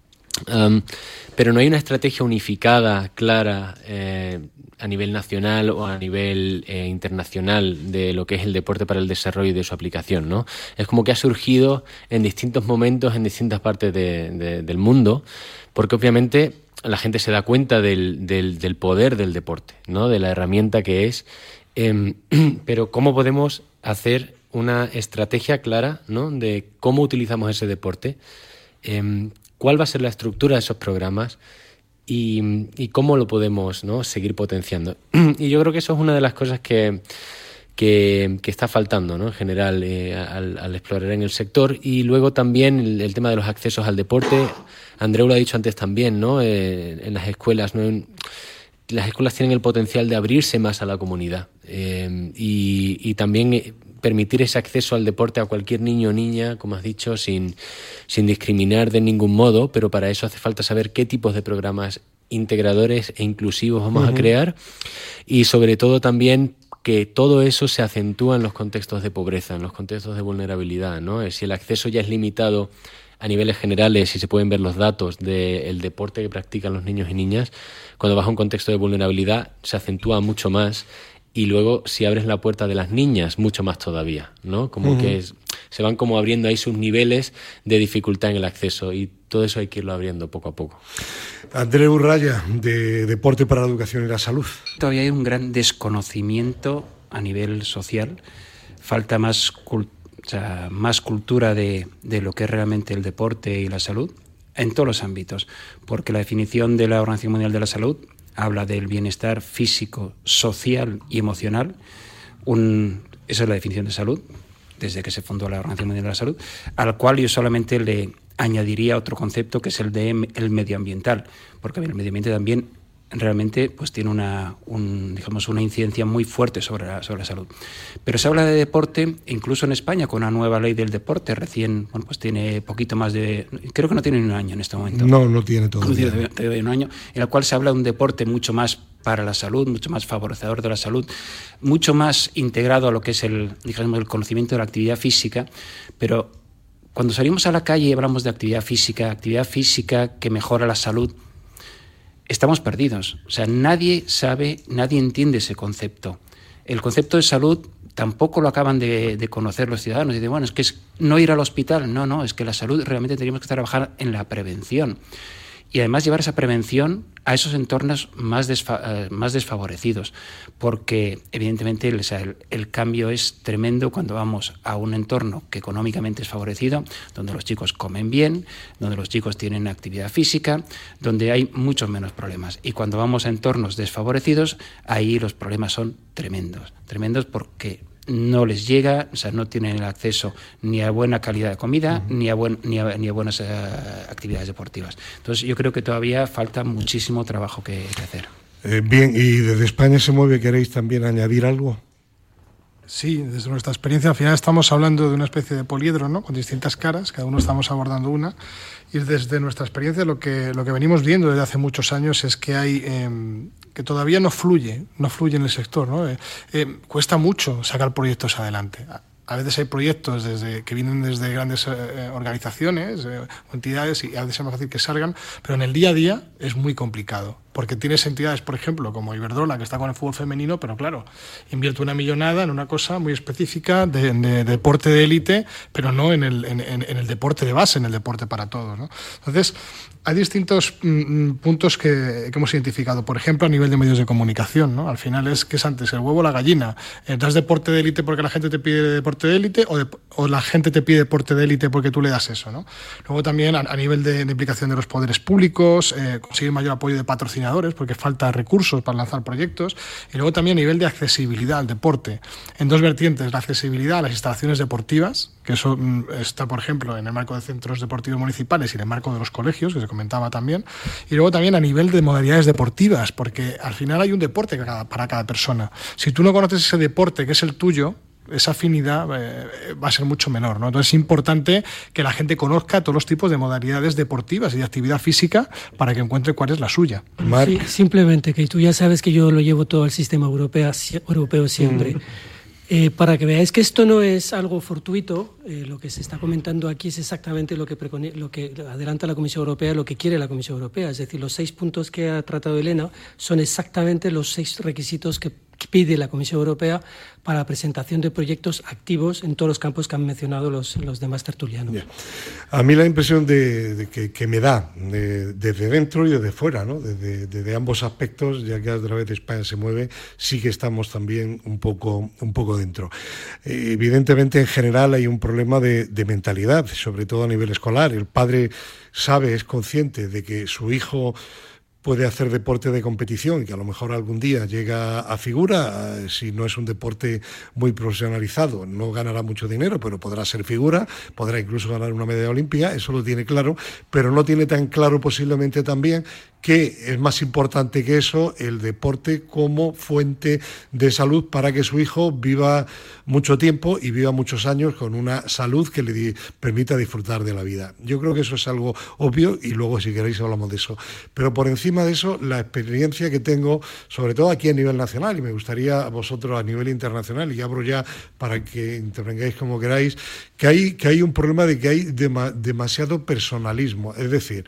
Pero no hay una estrategia unificada, clara, a nivel nacional o a nivel internacional de lo que es el deporte para el desarrollo y de su aplicación, ¿no? Es como que ha surgido en distintos momentos, en distintas partes del mundo, porque obviamente la gente se da cuenta del poder del deporte, ¿no?, de la herramienta que es, pero ¿cómo podemos hacer una estrategia clara, ¿no?, de cómo utilizamos ese deporte? ¿Cuál va a ser la estructura de esos programas y cómo lo podemos, ¿no?, seguir potenciando? Y yo creo que eso es una de las cosas que está faltando, ¿no?, en general al explorar en el sector. Y luego también el tema de los accesos al deporte. Andreu lo ha dicho antes también, ¿no?, en las escuelas, ¿no?, las escuelas tienen el potencial de abrirse más a la comunidad y también permitir ese acceso al deporte a cualquier niño o niña, como has dicho, sin discriminar de ningún modo, pero para eso hace falta saber qué tipos de programas integradores e inclusivos vamos a crear y sobre todo también que todo eso se acentúa en los contextos de pobreza, en los contextos de vulnerabilidad, ¿no? Si el acceso ya es limitado a niveles generales y se pueden ver los datos del deporte que practican los niños y niñas, cuando vas a un contexto de vulnerabilidad se acentúa mucho más. Y luego, si abres la puerta de las niñas, mucho más todavía, ¿no? Como que se van como abriendo ahí sus niveles de dificultad en el acceso y todo eso hay que irlo abriendo poco a poco. Andreu Raya, de Deporte para la Educación y la Salud. Todavía hay un gran desconocimiento a nivel social, falta más cultura de lo que es realmente el deporte y la salud en todos los ámbitos, porque la definición de la Organización Mundial de la Salud habla del bienestar físico, social y emocional. Esa es la definición de salud, desde que se fundó la Organización Mundial de la Salud, al cual yo solamente le añadiría otro concepto, que es el de el medioambiental, porque el medio ambiente también realmente pues tiene una incidencia muy fuerte sobre la salud. Pero se habla de deporte, incluso en España, con una nueva ley del deporte, recién, pues tiene poquito más de, creo que no tiene ni un año en este momento. No tiene todavía. No tiene un año, en la cual se habla de un deporte mucho más para la salud, mucho más favorecedor de la salud, mucho más integrado a lo que es el conocimiento de la actividad física, pero cuando salimos a la calle y hablamos de actividad física que mejora la salud, estamos perdidos. O sea, nadie entiende ese concepto. El concepto de salud tampoco lo acaban de conocer los ciudadanos. Dicen, bueno, es que es no ir al hospital. No, es que la salud realmente tenemos que trabajar en la prevención. Y además llevar esa prevención a esos entornos más desfavorecidos, porque evidentemente el cambio es tremendo cuando vamos a un entorno que económicamente es favorecido, donde los chicos comen bien, donde los chicos tienen actividad física, donde hay muchos menos problemas. Y cuando vamos a entornos desfavorecidos, ahí los problemas son tremendos porque no les llega, o sea, no tienen el acceso ni a buena calidad de comida, ni a buenas actividades deportivas. Entonces yo creo que todavía falta muchísimo trabajo que hacer. Bien, y desde España se mueve, ¿queréis también añadir algo? Sí, desde nuestra experiencia al final estamos hablando de una especie de poliedro, ¿no? Con distintas caras, cada uno estamos abordando una, y desde nuestra experiencia lo que venimos viendo desde hace muchos años es que hay que todavía no fluye en el sector, ¿no? Cuesta mucho sacar proyectos adelante. A veces hay proyectos que vienen desde grandes organizaciones o entidades y a veces es más fácil que salgan, pero en el día a día es muy complicado. Porque tienes entidades, por ejemplo, como Iberdrola, que está con el fútbol femenino, pero claro, invierte una millonada en una cosa muy específica de deporte de élite, pero no en el deporte de base, en el deporte para todos, ¿no? Entonces, hay distintos puntos que hemos identificado. Por ejemplo, a nivel de medios de comunicación, ¿no? Al final ¿qué es antes, el huevo o la gallina? ¿Das deporte de élite porque la gente te pide deporte de élite o la gente te pide deporte de élite porque tú le das eso, ¿no? Luego también a nivel de implicación de los poderes públicos, conseguir mayor apoyo de patrocinadores, porque falta recursos para lanzar proyectos, y luego también a nivel de accesibilidad al deporte, en dos vertientes: la accesibilidad a las instalaciones deportivas, que eso está, por ejemplo, en el marco de centros deportivos municipales y en el marco de los colegios, que se comentaba también, y luego también a nivel de modalidades deportivas, porque al final hay un deporte para cada persona. Si tú no conoces ese deporte que es el tuyo, esa afinidad va a ser mucho menor, ¿no? Entonces es importante que la gente conozca todos los tipos de modalidades deportivas y de actividad física para que encuentre cuál es la suya. Sí, simplemente que tú ya sabes que yo lo llevo todo al sistema europeo siempre. Para que veáis que esto no es algo fortuito, lo que se está comentando aquí es exactamente lo que adelanta la Comisión Europea, lo que quiere la Comisión Europea. Es decir, los 6 puntos que ha tratado Elena son exactamente los 6 requisitos que pide la Comisión Europea para la presentación de proyectos activos en todos los campos que han mencionado los demás tertulianos. Yeah. A mí la impresión que me da desde dentro y desde fuera, ¿no? Desde ambos aspectos, ya que a través de España se mueve, sí que estamos también un poco dentro. Evidentemente, en general hay un problema de mentalidad, sobre todo a nivel escolar. El padre es consciente de que su hijo puede hacer deporte de competición y que a lo mejor algún día llega a figura, si no es un deporte muy profesionalizado, no ganará mucho dinero, pero podrá ser figura, podrá incluso ganar una medalla olímpica, eso lo tiene claro, pero no tiene tan claro posiblemente también que es más importante que eso el deporte como fuente de salud para que su hijo viva mucho tiempo y viva muchos años con una salud que le permita disfrutar de la vida. Yo creo que eso es algo obvio y luego si queréis hablamos de eso. Pero por encima de eso, la experiencia que tengo, sobre todo aquí a nivel nacional, y me gustaría a vosotros a nivel internacional, y abro ya para que intervengáis como queráis, que hay un problema de que hay demasiado personalismo. Es decir,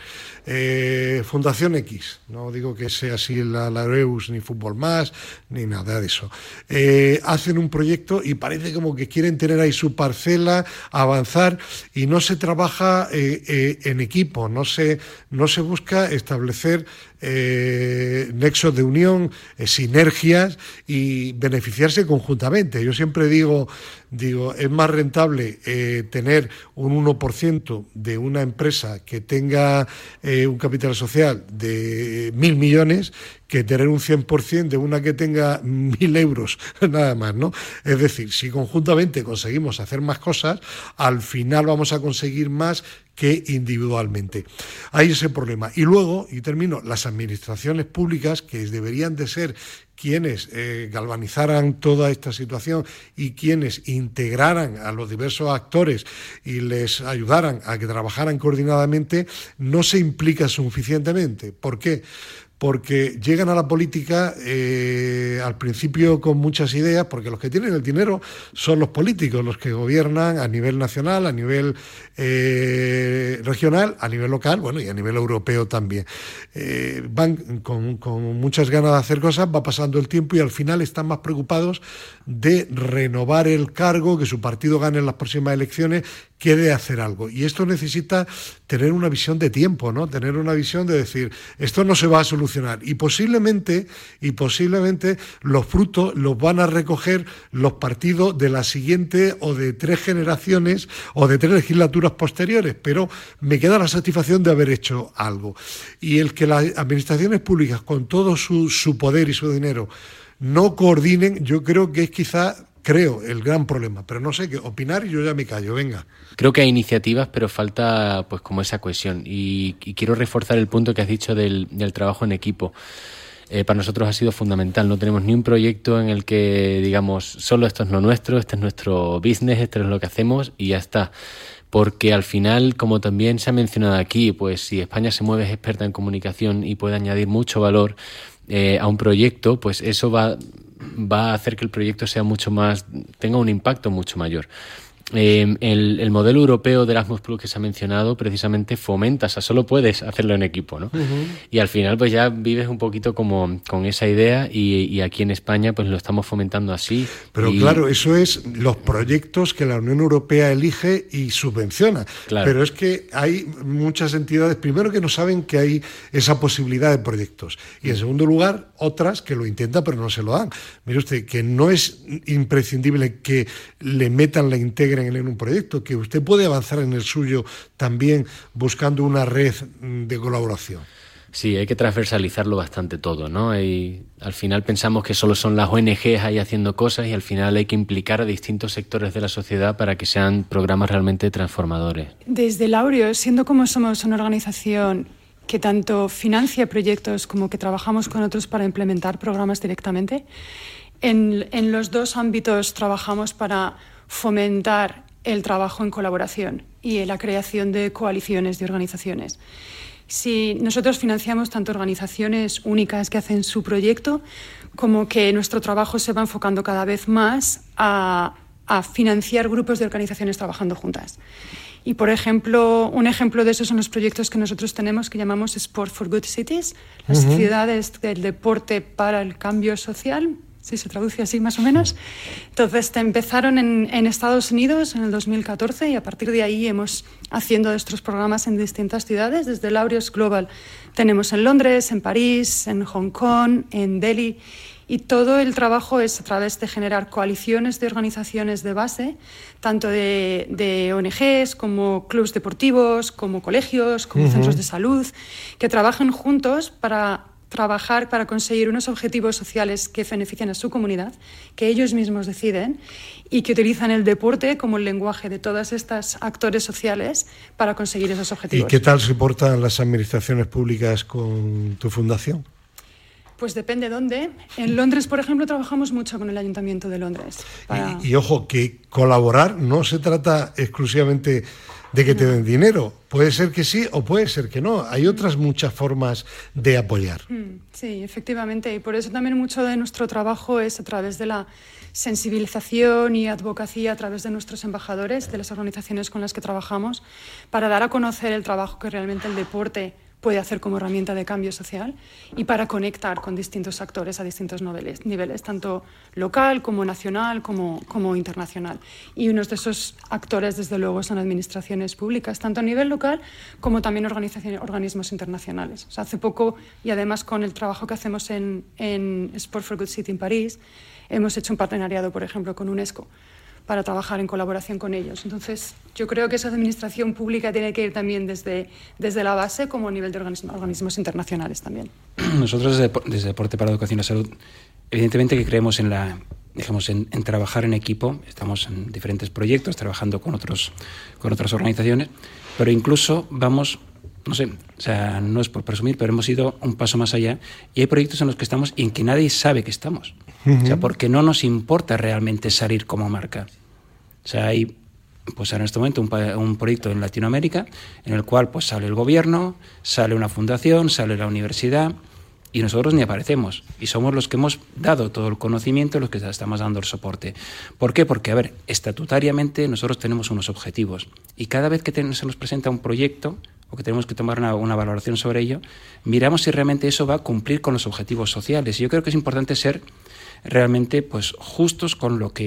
Fundación X, no digo que sea así la Reus ni Fútbol Más, ni nada de eso. Hacen un proyecto y parece como que quieren tener ahí su parcela, avanzar, y no se trabaja en equipo, no se busca establecer nexos de unión, sinergias y beneficiarse conjuntamente. Yo siempre digo, es más rentable tener un 1% de una empresa que tenga un capital social de 1.000 millones que tener un 100% de una que tenga 1.000 euros, nada más, ¿no? Es decir, si conjuntamente conseguimos hacer más cosas, al final vamos a conseguir más que individualmente. Hay ese problema. Y luego, y termino, las administraciones públicas, que deberían de ser quienes galvanizaran toda esta situación y quienes integraran a los diversos actores y les ayudaran a que trabajaran coordinadamente, no se implica suficientemente. ¿Por qué? Porque llegan a la política al principio con muchas ideas, porque los que tienen el dinero son los políticos, los que gobiernan a nivel nacional, a nivel regional, a nivel local, bueno, y a nivel europeo también. Van con muchas ganas de hacer cosas, va pasando el tiempo y al final están más preocupados de renovar el cargo, que su partido gane en las próximas elecciones, que de hacer algo. Y esto necesita tener una visión de tiempo, ¿no? Tener una visión de decir, esto no se va a solucionar. Y posiblemente los frutos los van a recoger los partidos de la siguiente o de 3 generaciones o de 3 legislaturas posteriores, pero me queda la satisfacción de haber hecho algo. Y el que las administraciones públicas, con todo su poder y su dinero, no coordinen, yo creo que es el gran problema, pero no sé qué opinar y yo ya me callo, venga. Creo que hay iniciativas, pero falta pues como esa cohesión y quiero reforzar el punto que has dicho del trabajo en equipo. Para nosotros ha sido fundamental, no tenemos ni un proyecto en el que digamos solo esto es lo nuestro, este es nuestro business, esto es lo que hacemos y ya está. Porque al final, como también se ha mencionado aquí, pues si España se mueve es experta en comunicación y puede añadir mucho valor a un proyecto, pues eso va a hacer que el proyecto sea tenga un impacto mucho mayor. El modelo europeo de Erasmus Plus que se ha mencionado precisamente fomenta, o sea, solo puedes hacerlo en equipo, ¿no? Uh-huh. Y al final pues ya vives un poquito como con esa idea y aquí en España pues lo estamos fomentando así. Pero claro, eso es los proyectos que la Unión Europea elige y subvenciona. Claro. Pero es que hay muchas entidades, primero que no saben que hay esa posibilidad de proyectos y en segundo lugar otras que lo intentan pero no se lo dan. Mire usted, que no es imprescindible que le metan la integren en un proyecto, que usted puede avanzar en el suyo también buscando una red de colaboración. Sí, hay que transversalizarlo bastante todo, ¿no? Y al final pensamos que solo son las ONGs ahí haciendo cosas y al final hay que implicar a distintos sectores de la sociedad para que sean programas realmente transformadores. Desde Laureos, siendo como somos una organización que tanto financia proyectos como que trabajamos con otros para implementar programas directamente, en los dos ámbitos trabajamos para fomentar el trabajo en colaboración y la creación de coaliciones de organizaciones. Si nosotros financiamos tanto organizaciones únicas que hacen su proyecto, como que nuestro trabajo se va enfocando cada vez más a financiar grupos de organizaciones trabajando juntas. Y, por ejemplo, un ejemplo de eso son los proyectos que nosotros tenemos que llamamos Sport for Good Cities, las ciudades del deporte para el cambio social. Sí, se traduce así más o menos. Entonces empezaron en Estados Unidos en el 2014 y a partir de ahí hemos haciendo estos programas en distintas ciudades. Desde Laureos Global tenemos en Londres, en París, en Hong Kong, en Delhi y todo el trabajo es a través de generar coaliciones de organizaciones de base, tanto de ONGs como clubes deportivos, como colegios, como centros de salud, que trabajan juntos para trabajar para conseguir unos objetivos sociales que benefician a su comunidad, que ellos mismos deciden y que utilizan el deporte como el lenguaje de todos estos actores sociales para conseguir esos objetivos. ¿Y qué tal se portan las administraciones públicas con tu fundación? Pues depende dónde. En Londres, por ejemplo, trabajamos mucho con el Ayuntamiento de Londres. Y ojo, que colaborar no se trata exclusivamente de que te den dinero. Puede ser que sí o puede ser que no. Hay otras muchas formas de apoyar. Sí, efectivamente. Y por eso también mucho de nuestro trabajo es a través de la sensibilización y advocacia a través de nuestros embajadores, de las organizaciones con las que trabajamos, para dar a conocer el trabajo que realmente el deporte puede hacer como herramienta de cambio social y para conectar con distintos actores a distintos niveles, tanto local como nacional como internacional. Y unos de esos actores, desde luego, son administraciones públicas, tanto a nivel local como también organismos internacionales. O sea, hace poco, y además con el trabajo que hacemos en Sport for Good City en París, hemos hecho un partenariado, por ejemplo, con UNESCO para trabajar en colaboración con ellos. Entonces, yo creo que esa administración pública tiene que ir también desde la base como a nivel de organismos internacionales también. Nosotros desde Deporte para Educación y Salud, evidentemente que creemos en en trabajar en equipo. Estamos en diferentes proyectos, trabajando con otras organizaciones, pero incluso vamos, no sé, o sea, no es por presumir, pero hemos ido un paso más allá y hay proyectos en los que estamos y en que nadie sabe que estamos. O sea, porque no nos importa realmente salir como marca. O sea, hay pues en este momento un proyecto en Latinoamérica en el cual pues sale el gobierno, sale una fundación, sale la universidad y nosotros ni aparecemos. Y somos los que hemos dado todo el conocimiento, los que estamos dando el soporte. ¿Por qué? Porque, a ver, estatutariamente nosotros tenemos unos objetivos y cada vez que se nos presenta un proyecto o que tenemos que tomar una valoración sobre ello, miramos si realmente eso va a cumplir con los objetivos sociales. Y yo creo que es importante ser realmente pues justos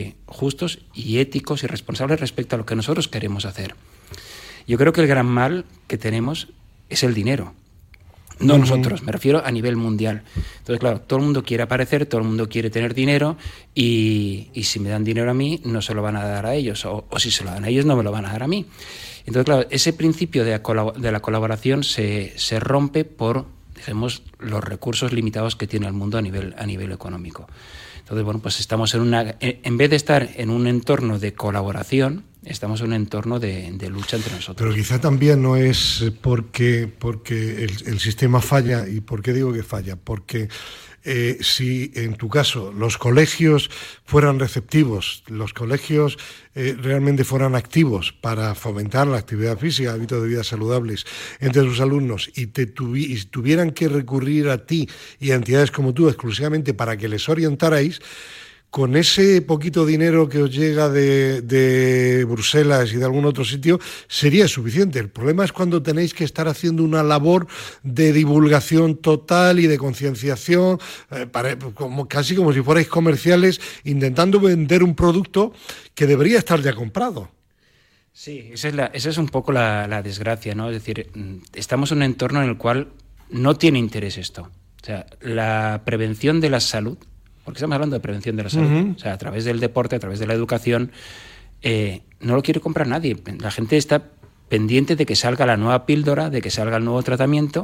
y éticos y responsables respecto a lo que nosotros queremos hacer. Yo creo que el gran mal que tenemos es el dinero. No nosotros, me refiero a nivel mundial. Entonces, claro, todo el mundo quiere aparecer, todo el mundo quiere tener dinero y si me dan dinero a mí, no se lo van a dar a ellos. O si se lo dan a ellos, no me lo van a dar a mí. Entonces, claro, ese principio de la colaboración se rompe por, digamos, los recursos limitados que tiene el mundo a nivel económico. Entonces, bueno, pues estamos en vez de estar en un entorno de colaboración, estamos en un entorno de lucha entre nosotros. Pero quizá también no es porque el sistema falla. ¿Y por qué digo que falla? Porque si en tu caso los colegios fueran receptivos, los colegios realmente fueran activos para fomentar la actividad física, hábitos de vida saludables entre sus alumnos y tuvieran que recurrir a ti y a entidades como tú exclusivamente para que les orientarais, con ese poquito dinero que os llega de Bruselas y de algún otro sitio, sería suficiente. El problema es cuando tenéis que estar haciendo una labor de divulgación total y de concienciación, casi como si fuerais comerciales, intentando vender un producto que debería estar ya comprado. Sí, esa es un poco la desgracia, ¿no? Es decir, estamos en un entorno en el cual no tiene interés esto. O sea, la prevención de la salud, porque estamos hablando de prevención de la salud, o sea, a través del deporte, a través de la educación, no lo quiere comprar nadie. La gente está pendiente de que salga la nueva píldora, de que salga el nuevo tratamiento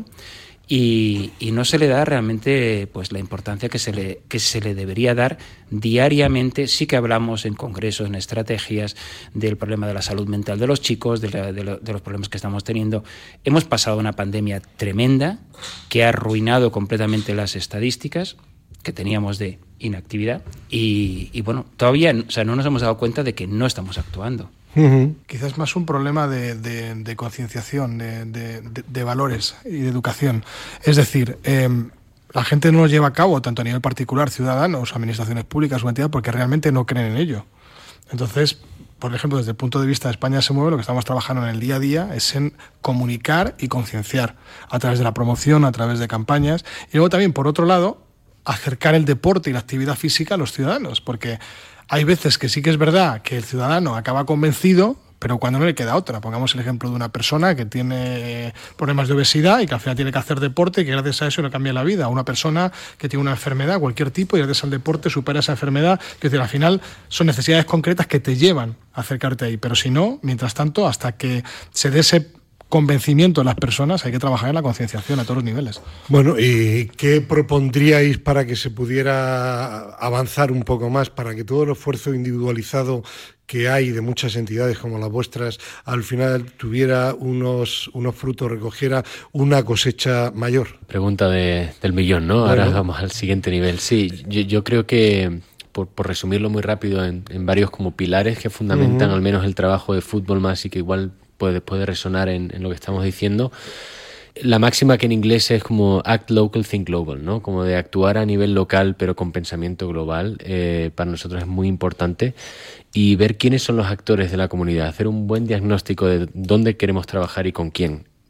y no se le da realmente pues la importancia que se le debería dar diariamente. Sí que hablamos en congresos, en estrategias, del problema de la salud mental de los chicos, de los problemas que estamos teniendo. Hemos pasado una pandemia tremenda que ha arruinado completamente las estadísticas que teníamos de inactividad y bueno, todavía no nos hemos dado cuenta de que no estamos actuando. Quizás más un problema de concienciación, de valores y de educación. Es decir, la gente no lo lleva a cabo, tanto a nivel particular, ciudadanos, administraciones públicas o entidades, porque realmente no creen en ello. Entonces, por ejemplo, desde el punto de vista de España se mueve, lo que estamos trabajando en el día a día es en comunicar y concienciar a través de la promoción, a través de campañas. Y luego también, por otro lado, acercar el deporte y la actividad física a los ciudadanos, porque hay veces que sí que es verdad que el ciudadano acaba convencido, pero cuando no le queda otra. Pongamos el ejemplo de una persona que tiene problemas de obesidad y que al final tiene que hacer deporte y que gracias a eso le cambia la vida. Una persona que tiene una enfermedad, cualquier tipo, y gracias al deporte supera esa enfermedad. Es decir, al final son necesidades concretas que te llevan a acercarte ahí, pero si no, mientras tanto, hasta que se dé ese convencimiento de las personas, hay que trabajar en la concienciación a todos los niveles. Bueno, ¿y qué propondríais para que se pudiera avanzar un poco más, para que todo el esfuerzo individualizado que hay de muchas entidades como las vuestras al final tuviera unos frutos, recogiera una cosecha mayor? Pregunta del millón, ¿no? Bueno. Ahora vamos al siguiente nivel. Sí, yo creo que por resumirlo muy rápido en varios como pilares que fundamentan al menos el trabajo de Fútbol Más y que igual puede resonar en lo que estamos diciendo. La máxima que en inglés es como act local, think global, ¿no? Como de actuar a nivel local pero con pensamiento global. Para nosotros es muy importante. Y ver quiénes son los actores de la comunidad, hacer un buen diagnóstico de dónde queremos trabajar y con quién.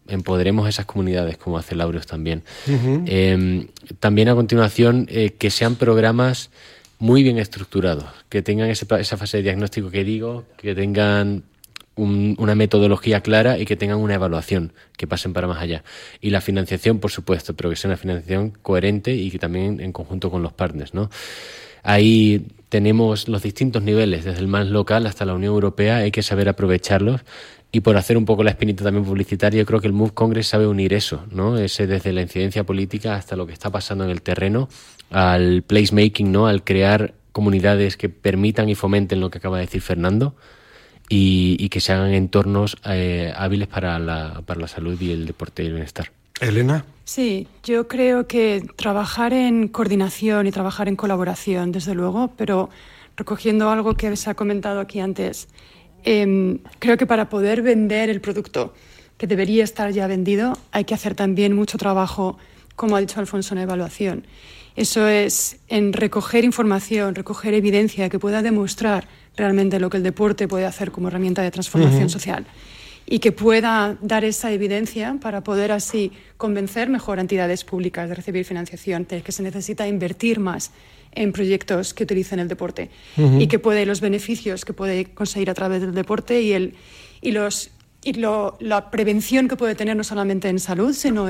empoderemos esas comunidades, como hace Laureus también. También a continuación, que sean programas muy bien estructurados, que tengan esa fase de diagnóstico que digo, que tengan una metodología clara y que tengan una evaluación, que pasen para más allá. Y la financiación, por supuesto, pero que sea una financiación coherente y que también en conjunto con los partners, ¿no? Ahí tenemos los distintos niveles, desde el más local hasta la Unión Europea, hay que saber aprovecharlos. Y por hacer un poco la espinita también publicitaria, yo creo que el Move Congress sabe unir eso, ¿no? Desde la incidencia política hasta lo que está pasando en el terreno, al placemaking, ¿no? Al crear comunidades que permitan y fomenten lo que acaba de decir Fernando, y que se hagan entornos hábiles para la salud y el deporte y el bienestar. Elena. Sí, yo creo que trabajar en coordinación y trabajar en colaboración, desde luego, pero recogiendo algo que se ha comentado aquí antes, creo que para poder vender el producto que debería estar ya vendido, hay que hacer también mucho trabajo, como ha dicho Alfonso, en evaluación. Eso es en recoger información, recoger evidencia que pueda demostrar realmente lo que el deporte puede hacer como herramienta de transformación social, y que pueda dar esa evidencia para poder así convencer mejor a entidades públicas de recibir financiación, de que se necesita invertir más en proyectos que utilicen el deporte y que los beneficios que puede conseguir a través del deporte y la prevención que puede tener no solamente en salud, sino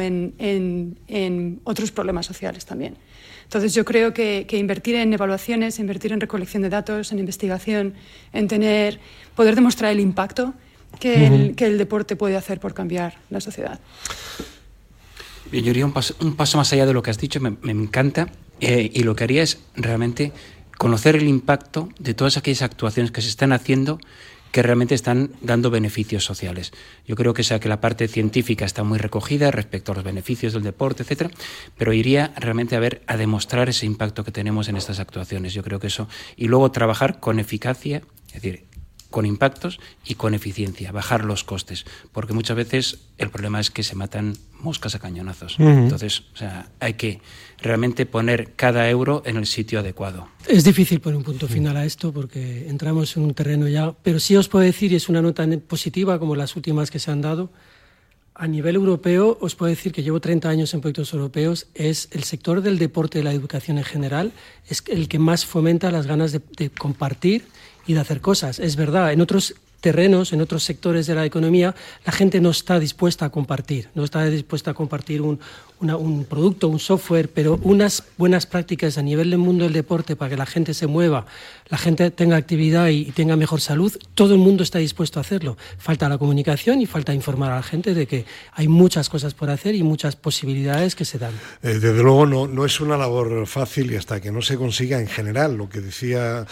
en otros problemas sociales también. Entonces yo creo que invertir en evaluaciones, invertir en recolección de datos, en investigación, en poder demostrar el impacto que el deporte puede hacer por cambiar la sociedad. Yo iría un paso más allá de lo que has dicho, me encanta, y lo que haría es realmente conocer el impacto de todas aquellas actuaciones que se están haciendo que realmente están dando beneficios sociales. Yo creo que la parte científica está muy recogida respecto a los beneficios del deporte, etcétera, pero iría realmente a demostrar ese impacto que tenemos en estas actuaciones. Yo creo que eso, y luego trabajar con eficacia, es decir, con impactos y con eficiencia, bajar los costes, porque muchas veces el problema es que se matan moscas a cañonazos. Entonces, hay que realmente poner cada euro en el sitio adecuado. Es difícil poner un punto final a esto porque entramos en un terreno ya, pero sí os puedo decir, y es una nota positiva como las últimas que se han dado, a nivel europeo os puedo decir que llevo 30 años en proyectos europeos, es el sector del deporte y la educación en general, es el que más fomenta las ganas de compartir y de hacer cosas. Es verdad, en otros terrenos, en otros sectores de la economía, la gente no está dispuesta a compartir, no está dispuesta a compartir un producto, un software, pero unas buenas prácticas a nivel del mundo del deporte para que la gente se mueva, la gente tenga actividad y tenga mejor salud, todo el mundo está dispuesto a hacerlo. Falta la comunicación y falta informar a la gente de que hay muchas cosas por hacer y muchas posibilidades que se dan. Desde luego no es una labor fácil, y hasta que no se consiga en general lo que decía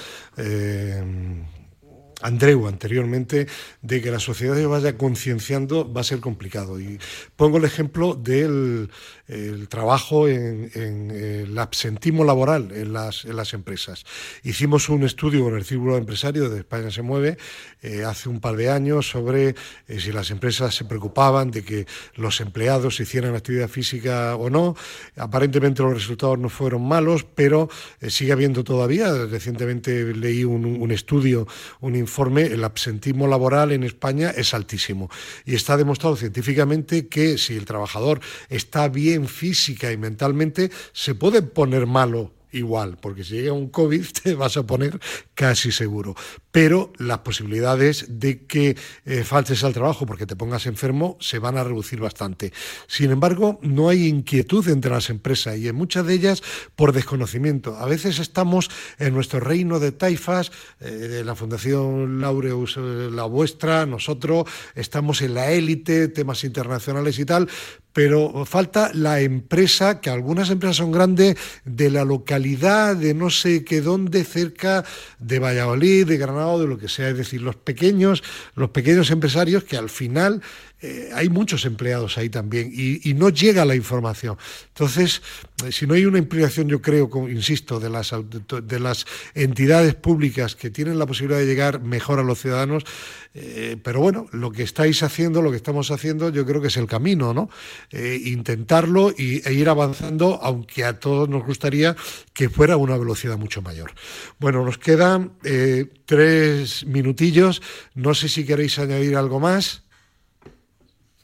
Andreu anteriormente, de que la sociedad se vaya concienciando, va a ser complicado. Y pongo el ejemplo del trabajo en el absentismo laboral en las empresas. Hicimos un estudio con el Círculo de Empresarios de España se mueve hace un par de años sobre si las empresas se preocupaban de que los empleados hicieran actividad física o no. Aparentemente los resultados no fueron malos, pero sigue habiendo todavía. Recientemente leí un estudio, un informe, el absentismo laboral en España es altísimo y está demostrado científicamente que si el trabajador está bien física y mentalmente, se puede poner malo igual, porque si llega un COVID te vas a poner casi seguro. Pero las posibilidades de que faltes al trabajo porque te pongas enfermo se van a reducir bastante. Sin embargo, no hay inquietud entre las empresas y en muchas de ellas por desconocimiento. A veces estamos en nuestro reino de taifas, de la Fundación Laureus, la vuestra, nosotros estamos en la élite, temas internacionales y tal, pero falta la empresa, que algunas empresas son grandes, de la localidad, de no sé qué dónde, cerca de Valladolid, de Granada, de lo que sea, es decir, los pequeños empresarios que al final hay muchos empleados ahí también y no llega la información. Entonces, si no hay una implicación, yo creo, insisto, de las entidades públicas que tienen la posibilidad de llegar mejor a los ciudadanos, pero bueno, lo que estáis haciendo, lo que estamos haciendo, yo creo que es el camino, ¿no? Intentarlo e ir avanzando, aunque a todos nos gustaría que fuera a una velocidad mucho mayor. Bueno, nos quedan 3 minutillos, no sé si queréis añadir algo más.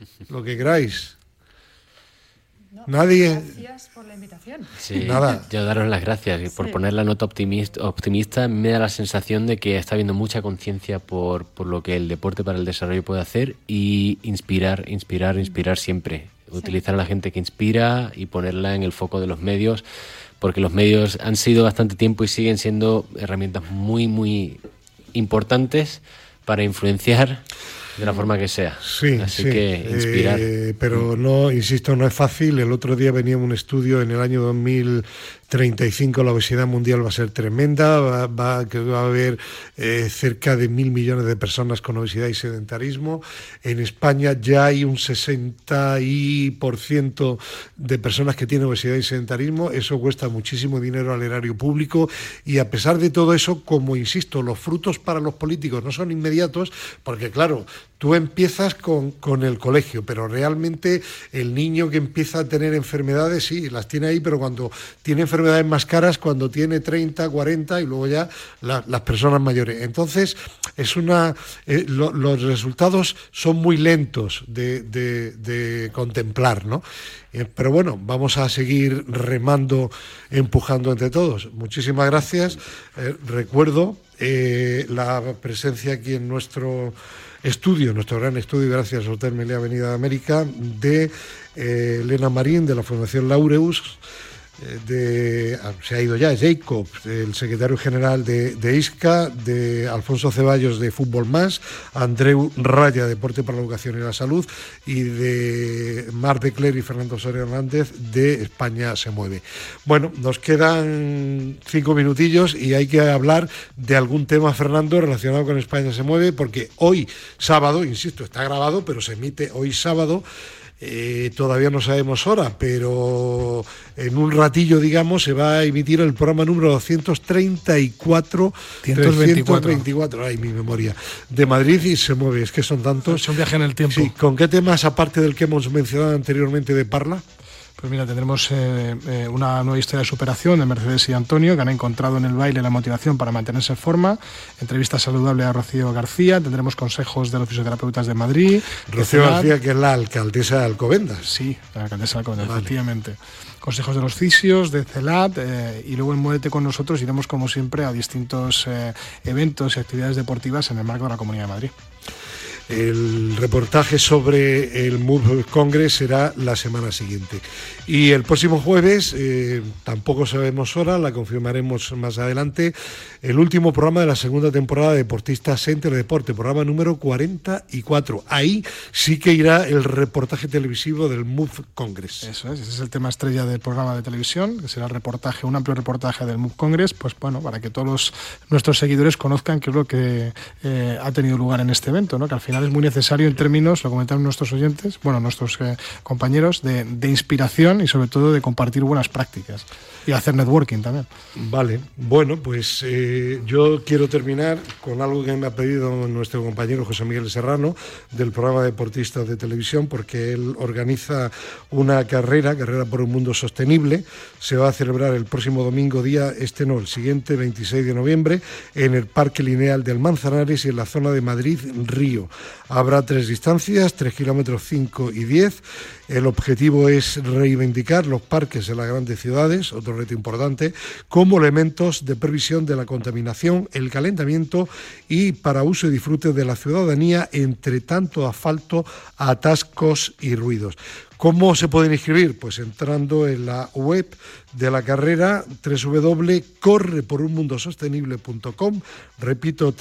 lo que queráis. Nadie. Gracias por la invitación. Sí, Nada. yo daros las gracias por poner la nota optimista. Me da la sensación de que está habiendo mucha conciencia por lo que el deporte para el desarrollo puede hacer y inspirar siempre. Utilizar a la gente que inspira y ponerla en el foco de los medios, porque los medios han sido bastante tiempo y siguen siendo herramientas muy, muy importantes para influenciar de la forma que sea. Sí, así sí. que inspirar. Pero no, insisto, no es fácil. El otro día venía un estudio en el año 2035, la obesidad mundial va a ser tremenda, va a haber cerca de 1.000 millones de personas con obesidad y sedentarismo. En España ya hay un 60% de personas que tienen obesidad y sedentarismo. Eso cuesta muchísimo dinero al erario público y a pesar de todo eso, como insisto, los frutos para los políticos no son inmediatos, porque claro, tú empiezas con el colegio, pero realmente el niño que empieza a tener enfermedades, sí, las tiene ahí, pero cuando tiene enfermedades más caras, cuando tiene 30, 40 y luego ya las personas mayores. Entonces, los resultados son muy lentos de contemplar, ¿no? Pero bueno, vamos a seguir remando, empujando entre todos. Muchísimas gracias. Recuerdo la presencia aquí en nuestro gran estudio, gracias a Hotel Meliá Avenida de América, de Elena Marín, de la Fundación Laureus, se ha ido ya Jacob, el secretario general de ISCA, de Alfonso Ceballos de Fútbol Más, Andreu Raya, Deporte para la Educación y la Salud, y de Marc Decler y Fernando Osorio Hernández de España se mueve. Bueno, nos quedan 5 minutillos y hay que hablar de algún tema, Fernando, relacionado con España se mueve, porque hoy sábado, insisto, está grabado, pero se emite hoy sábado. Todavía no sabemos hora, pero en un ratillo, digamos, se va a emitir el programa número 224, ay, mi memoria, de Madrid y se mueve, es que son tantos. Es un viaje en el tiempo. Sí, ¿con qué temas, aparte del que hemos mencionado anteriormente de Parla? Pues mira, tendremos una nueva historia de superación de Mercedes y Antonio, que han encontrado en el baile la motivación para mantenerse en forma. Entrevista saludable a Rocío García. Tendremos consejos de los fisioterapeutas de Madrid. Rocío García, que es la alcaldesa de Alcobendas. Sí, la alcaldesa de Alcobendas, vale. Efectivamente. Consejos de los fisios, de CELAT, y luego en Muévete con nosotros iremos, como siempre, a distintos eventos y actividades deportivas en el marco de la Comunidad de Madrid. El reportaje sobre el MUV Congress será la semana siguiente. Y el próximo jueves, tampoco sabemos hora, la confirmaremos más adelante, el último programa de la segunda temporada de Deportistas Center Deporte, programa número 44. Ahí sí que irá el reportaje televisivo del MUV Congress. Eso es, ese es el tema estrella del programa de televisión, que será el reportaje, un amplio reportaje del MUV Congress, pues bueno, para que todos nuestros seguidores conozcan qué es lo que ha tenido lugar en este evento, ¿no? Que al final es muy necesario en términos, lo comentaron nuestros oyentes, bueno, nuestros compañeros, de inspiración y sobre todo de compartir buenas prácticas y hacer networking también. Vale, bueno, pues yo quiero terminar con algo que me ha pedido nuestro compañero José Miguel Serrano del programa Deportistas de Televisión, porque él organiza una carrera por un mundo sostenible. Se va a celebrar el próximo domingo el siguiente 26 de noviembre en el Parque Lineal del Manzanares y en la zona de Madrid-Río. Habrá 3 distancias, 3 kilómetros, 5 y 10. El objetivo es reivindicar los parques en las grandes ciudades, otro reto importante, como elementos de previsión de la contaminación, el calentamiento y para uso y disfrute de la ciudadanía entre tanto asfalto, atascos y ruidos. ¿Cómo se pueden inscribir? Pues entrando en la web de la carrera, www.correporunmundosostenible.com, repito,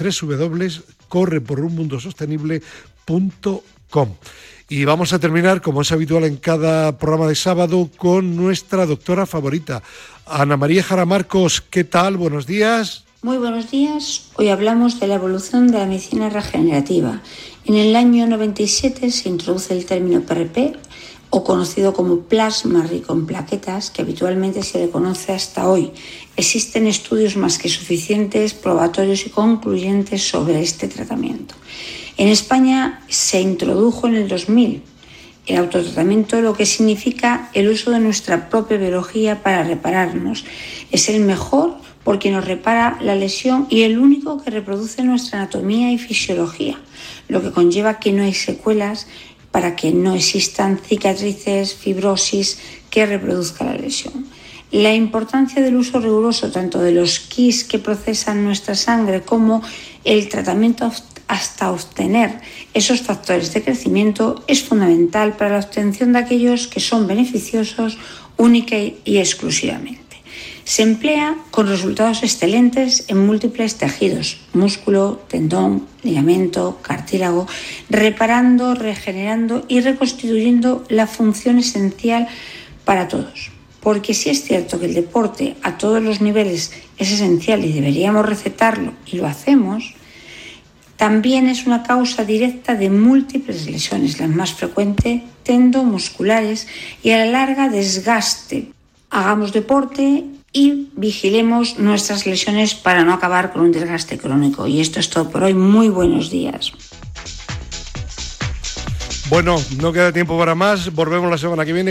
www.correporunmundosostenible.com. Y vamos a terminar, como es habitual en cada programa de sábado, con nuestra doctora favorita, Ana María Jara Marcos. ¿Qué tal? Buenos días. Muy buenos días. Hoy hablamos de la evolución de la medicina regenerativa. En el año 97 se introduce el término PRP, o conocido como plasma rico en plaquetas, que habitualmente se le conoce hasta hoy. Existen estudios más que suficientes, probatorios y concluyentes sobre este tratamiento. En España se introdujo en el 2000 el autotratamiento, lo que significa el uso de nuestra propia biología para repararnos. Es el mejor porque nos repara la lesión y el único que reproduce nuestra anatomía y fisiología, lo que conlleva que no hay secuelas para que no existan cicatrices, fibrosis que reproduzcan la lesión. La importancia del uso riguroso tanto de los kits que procesan nuestra sangre como el tratamiento hasta obtener esos factores de crecimiento es fundamental para la obtención de aquellos que son beneficiosos única y exclusivamente. Se emplea con resultados excelentes en múltiples tejidos, músculo, tendón, ligamento, cartílago, reparando, regenerando y reconstituyendo la función esencial para todos. Porque sí es cierto que el deporte a todos los niveles es esencial y deberíamos recetarlo, y lo hacemos, también es una causa directa de múltiples lesiones, las más frecuentes tendomusculares y a la larga desgaste. Hagamos deporte y vigilemos nuestras lesiones para no acabar con un desgaste crónico. Y esto es todo por hoy. Muy buenos días. Bueno, no queda tiempo para más. Volvemos la semana que viene.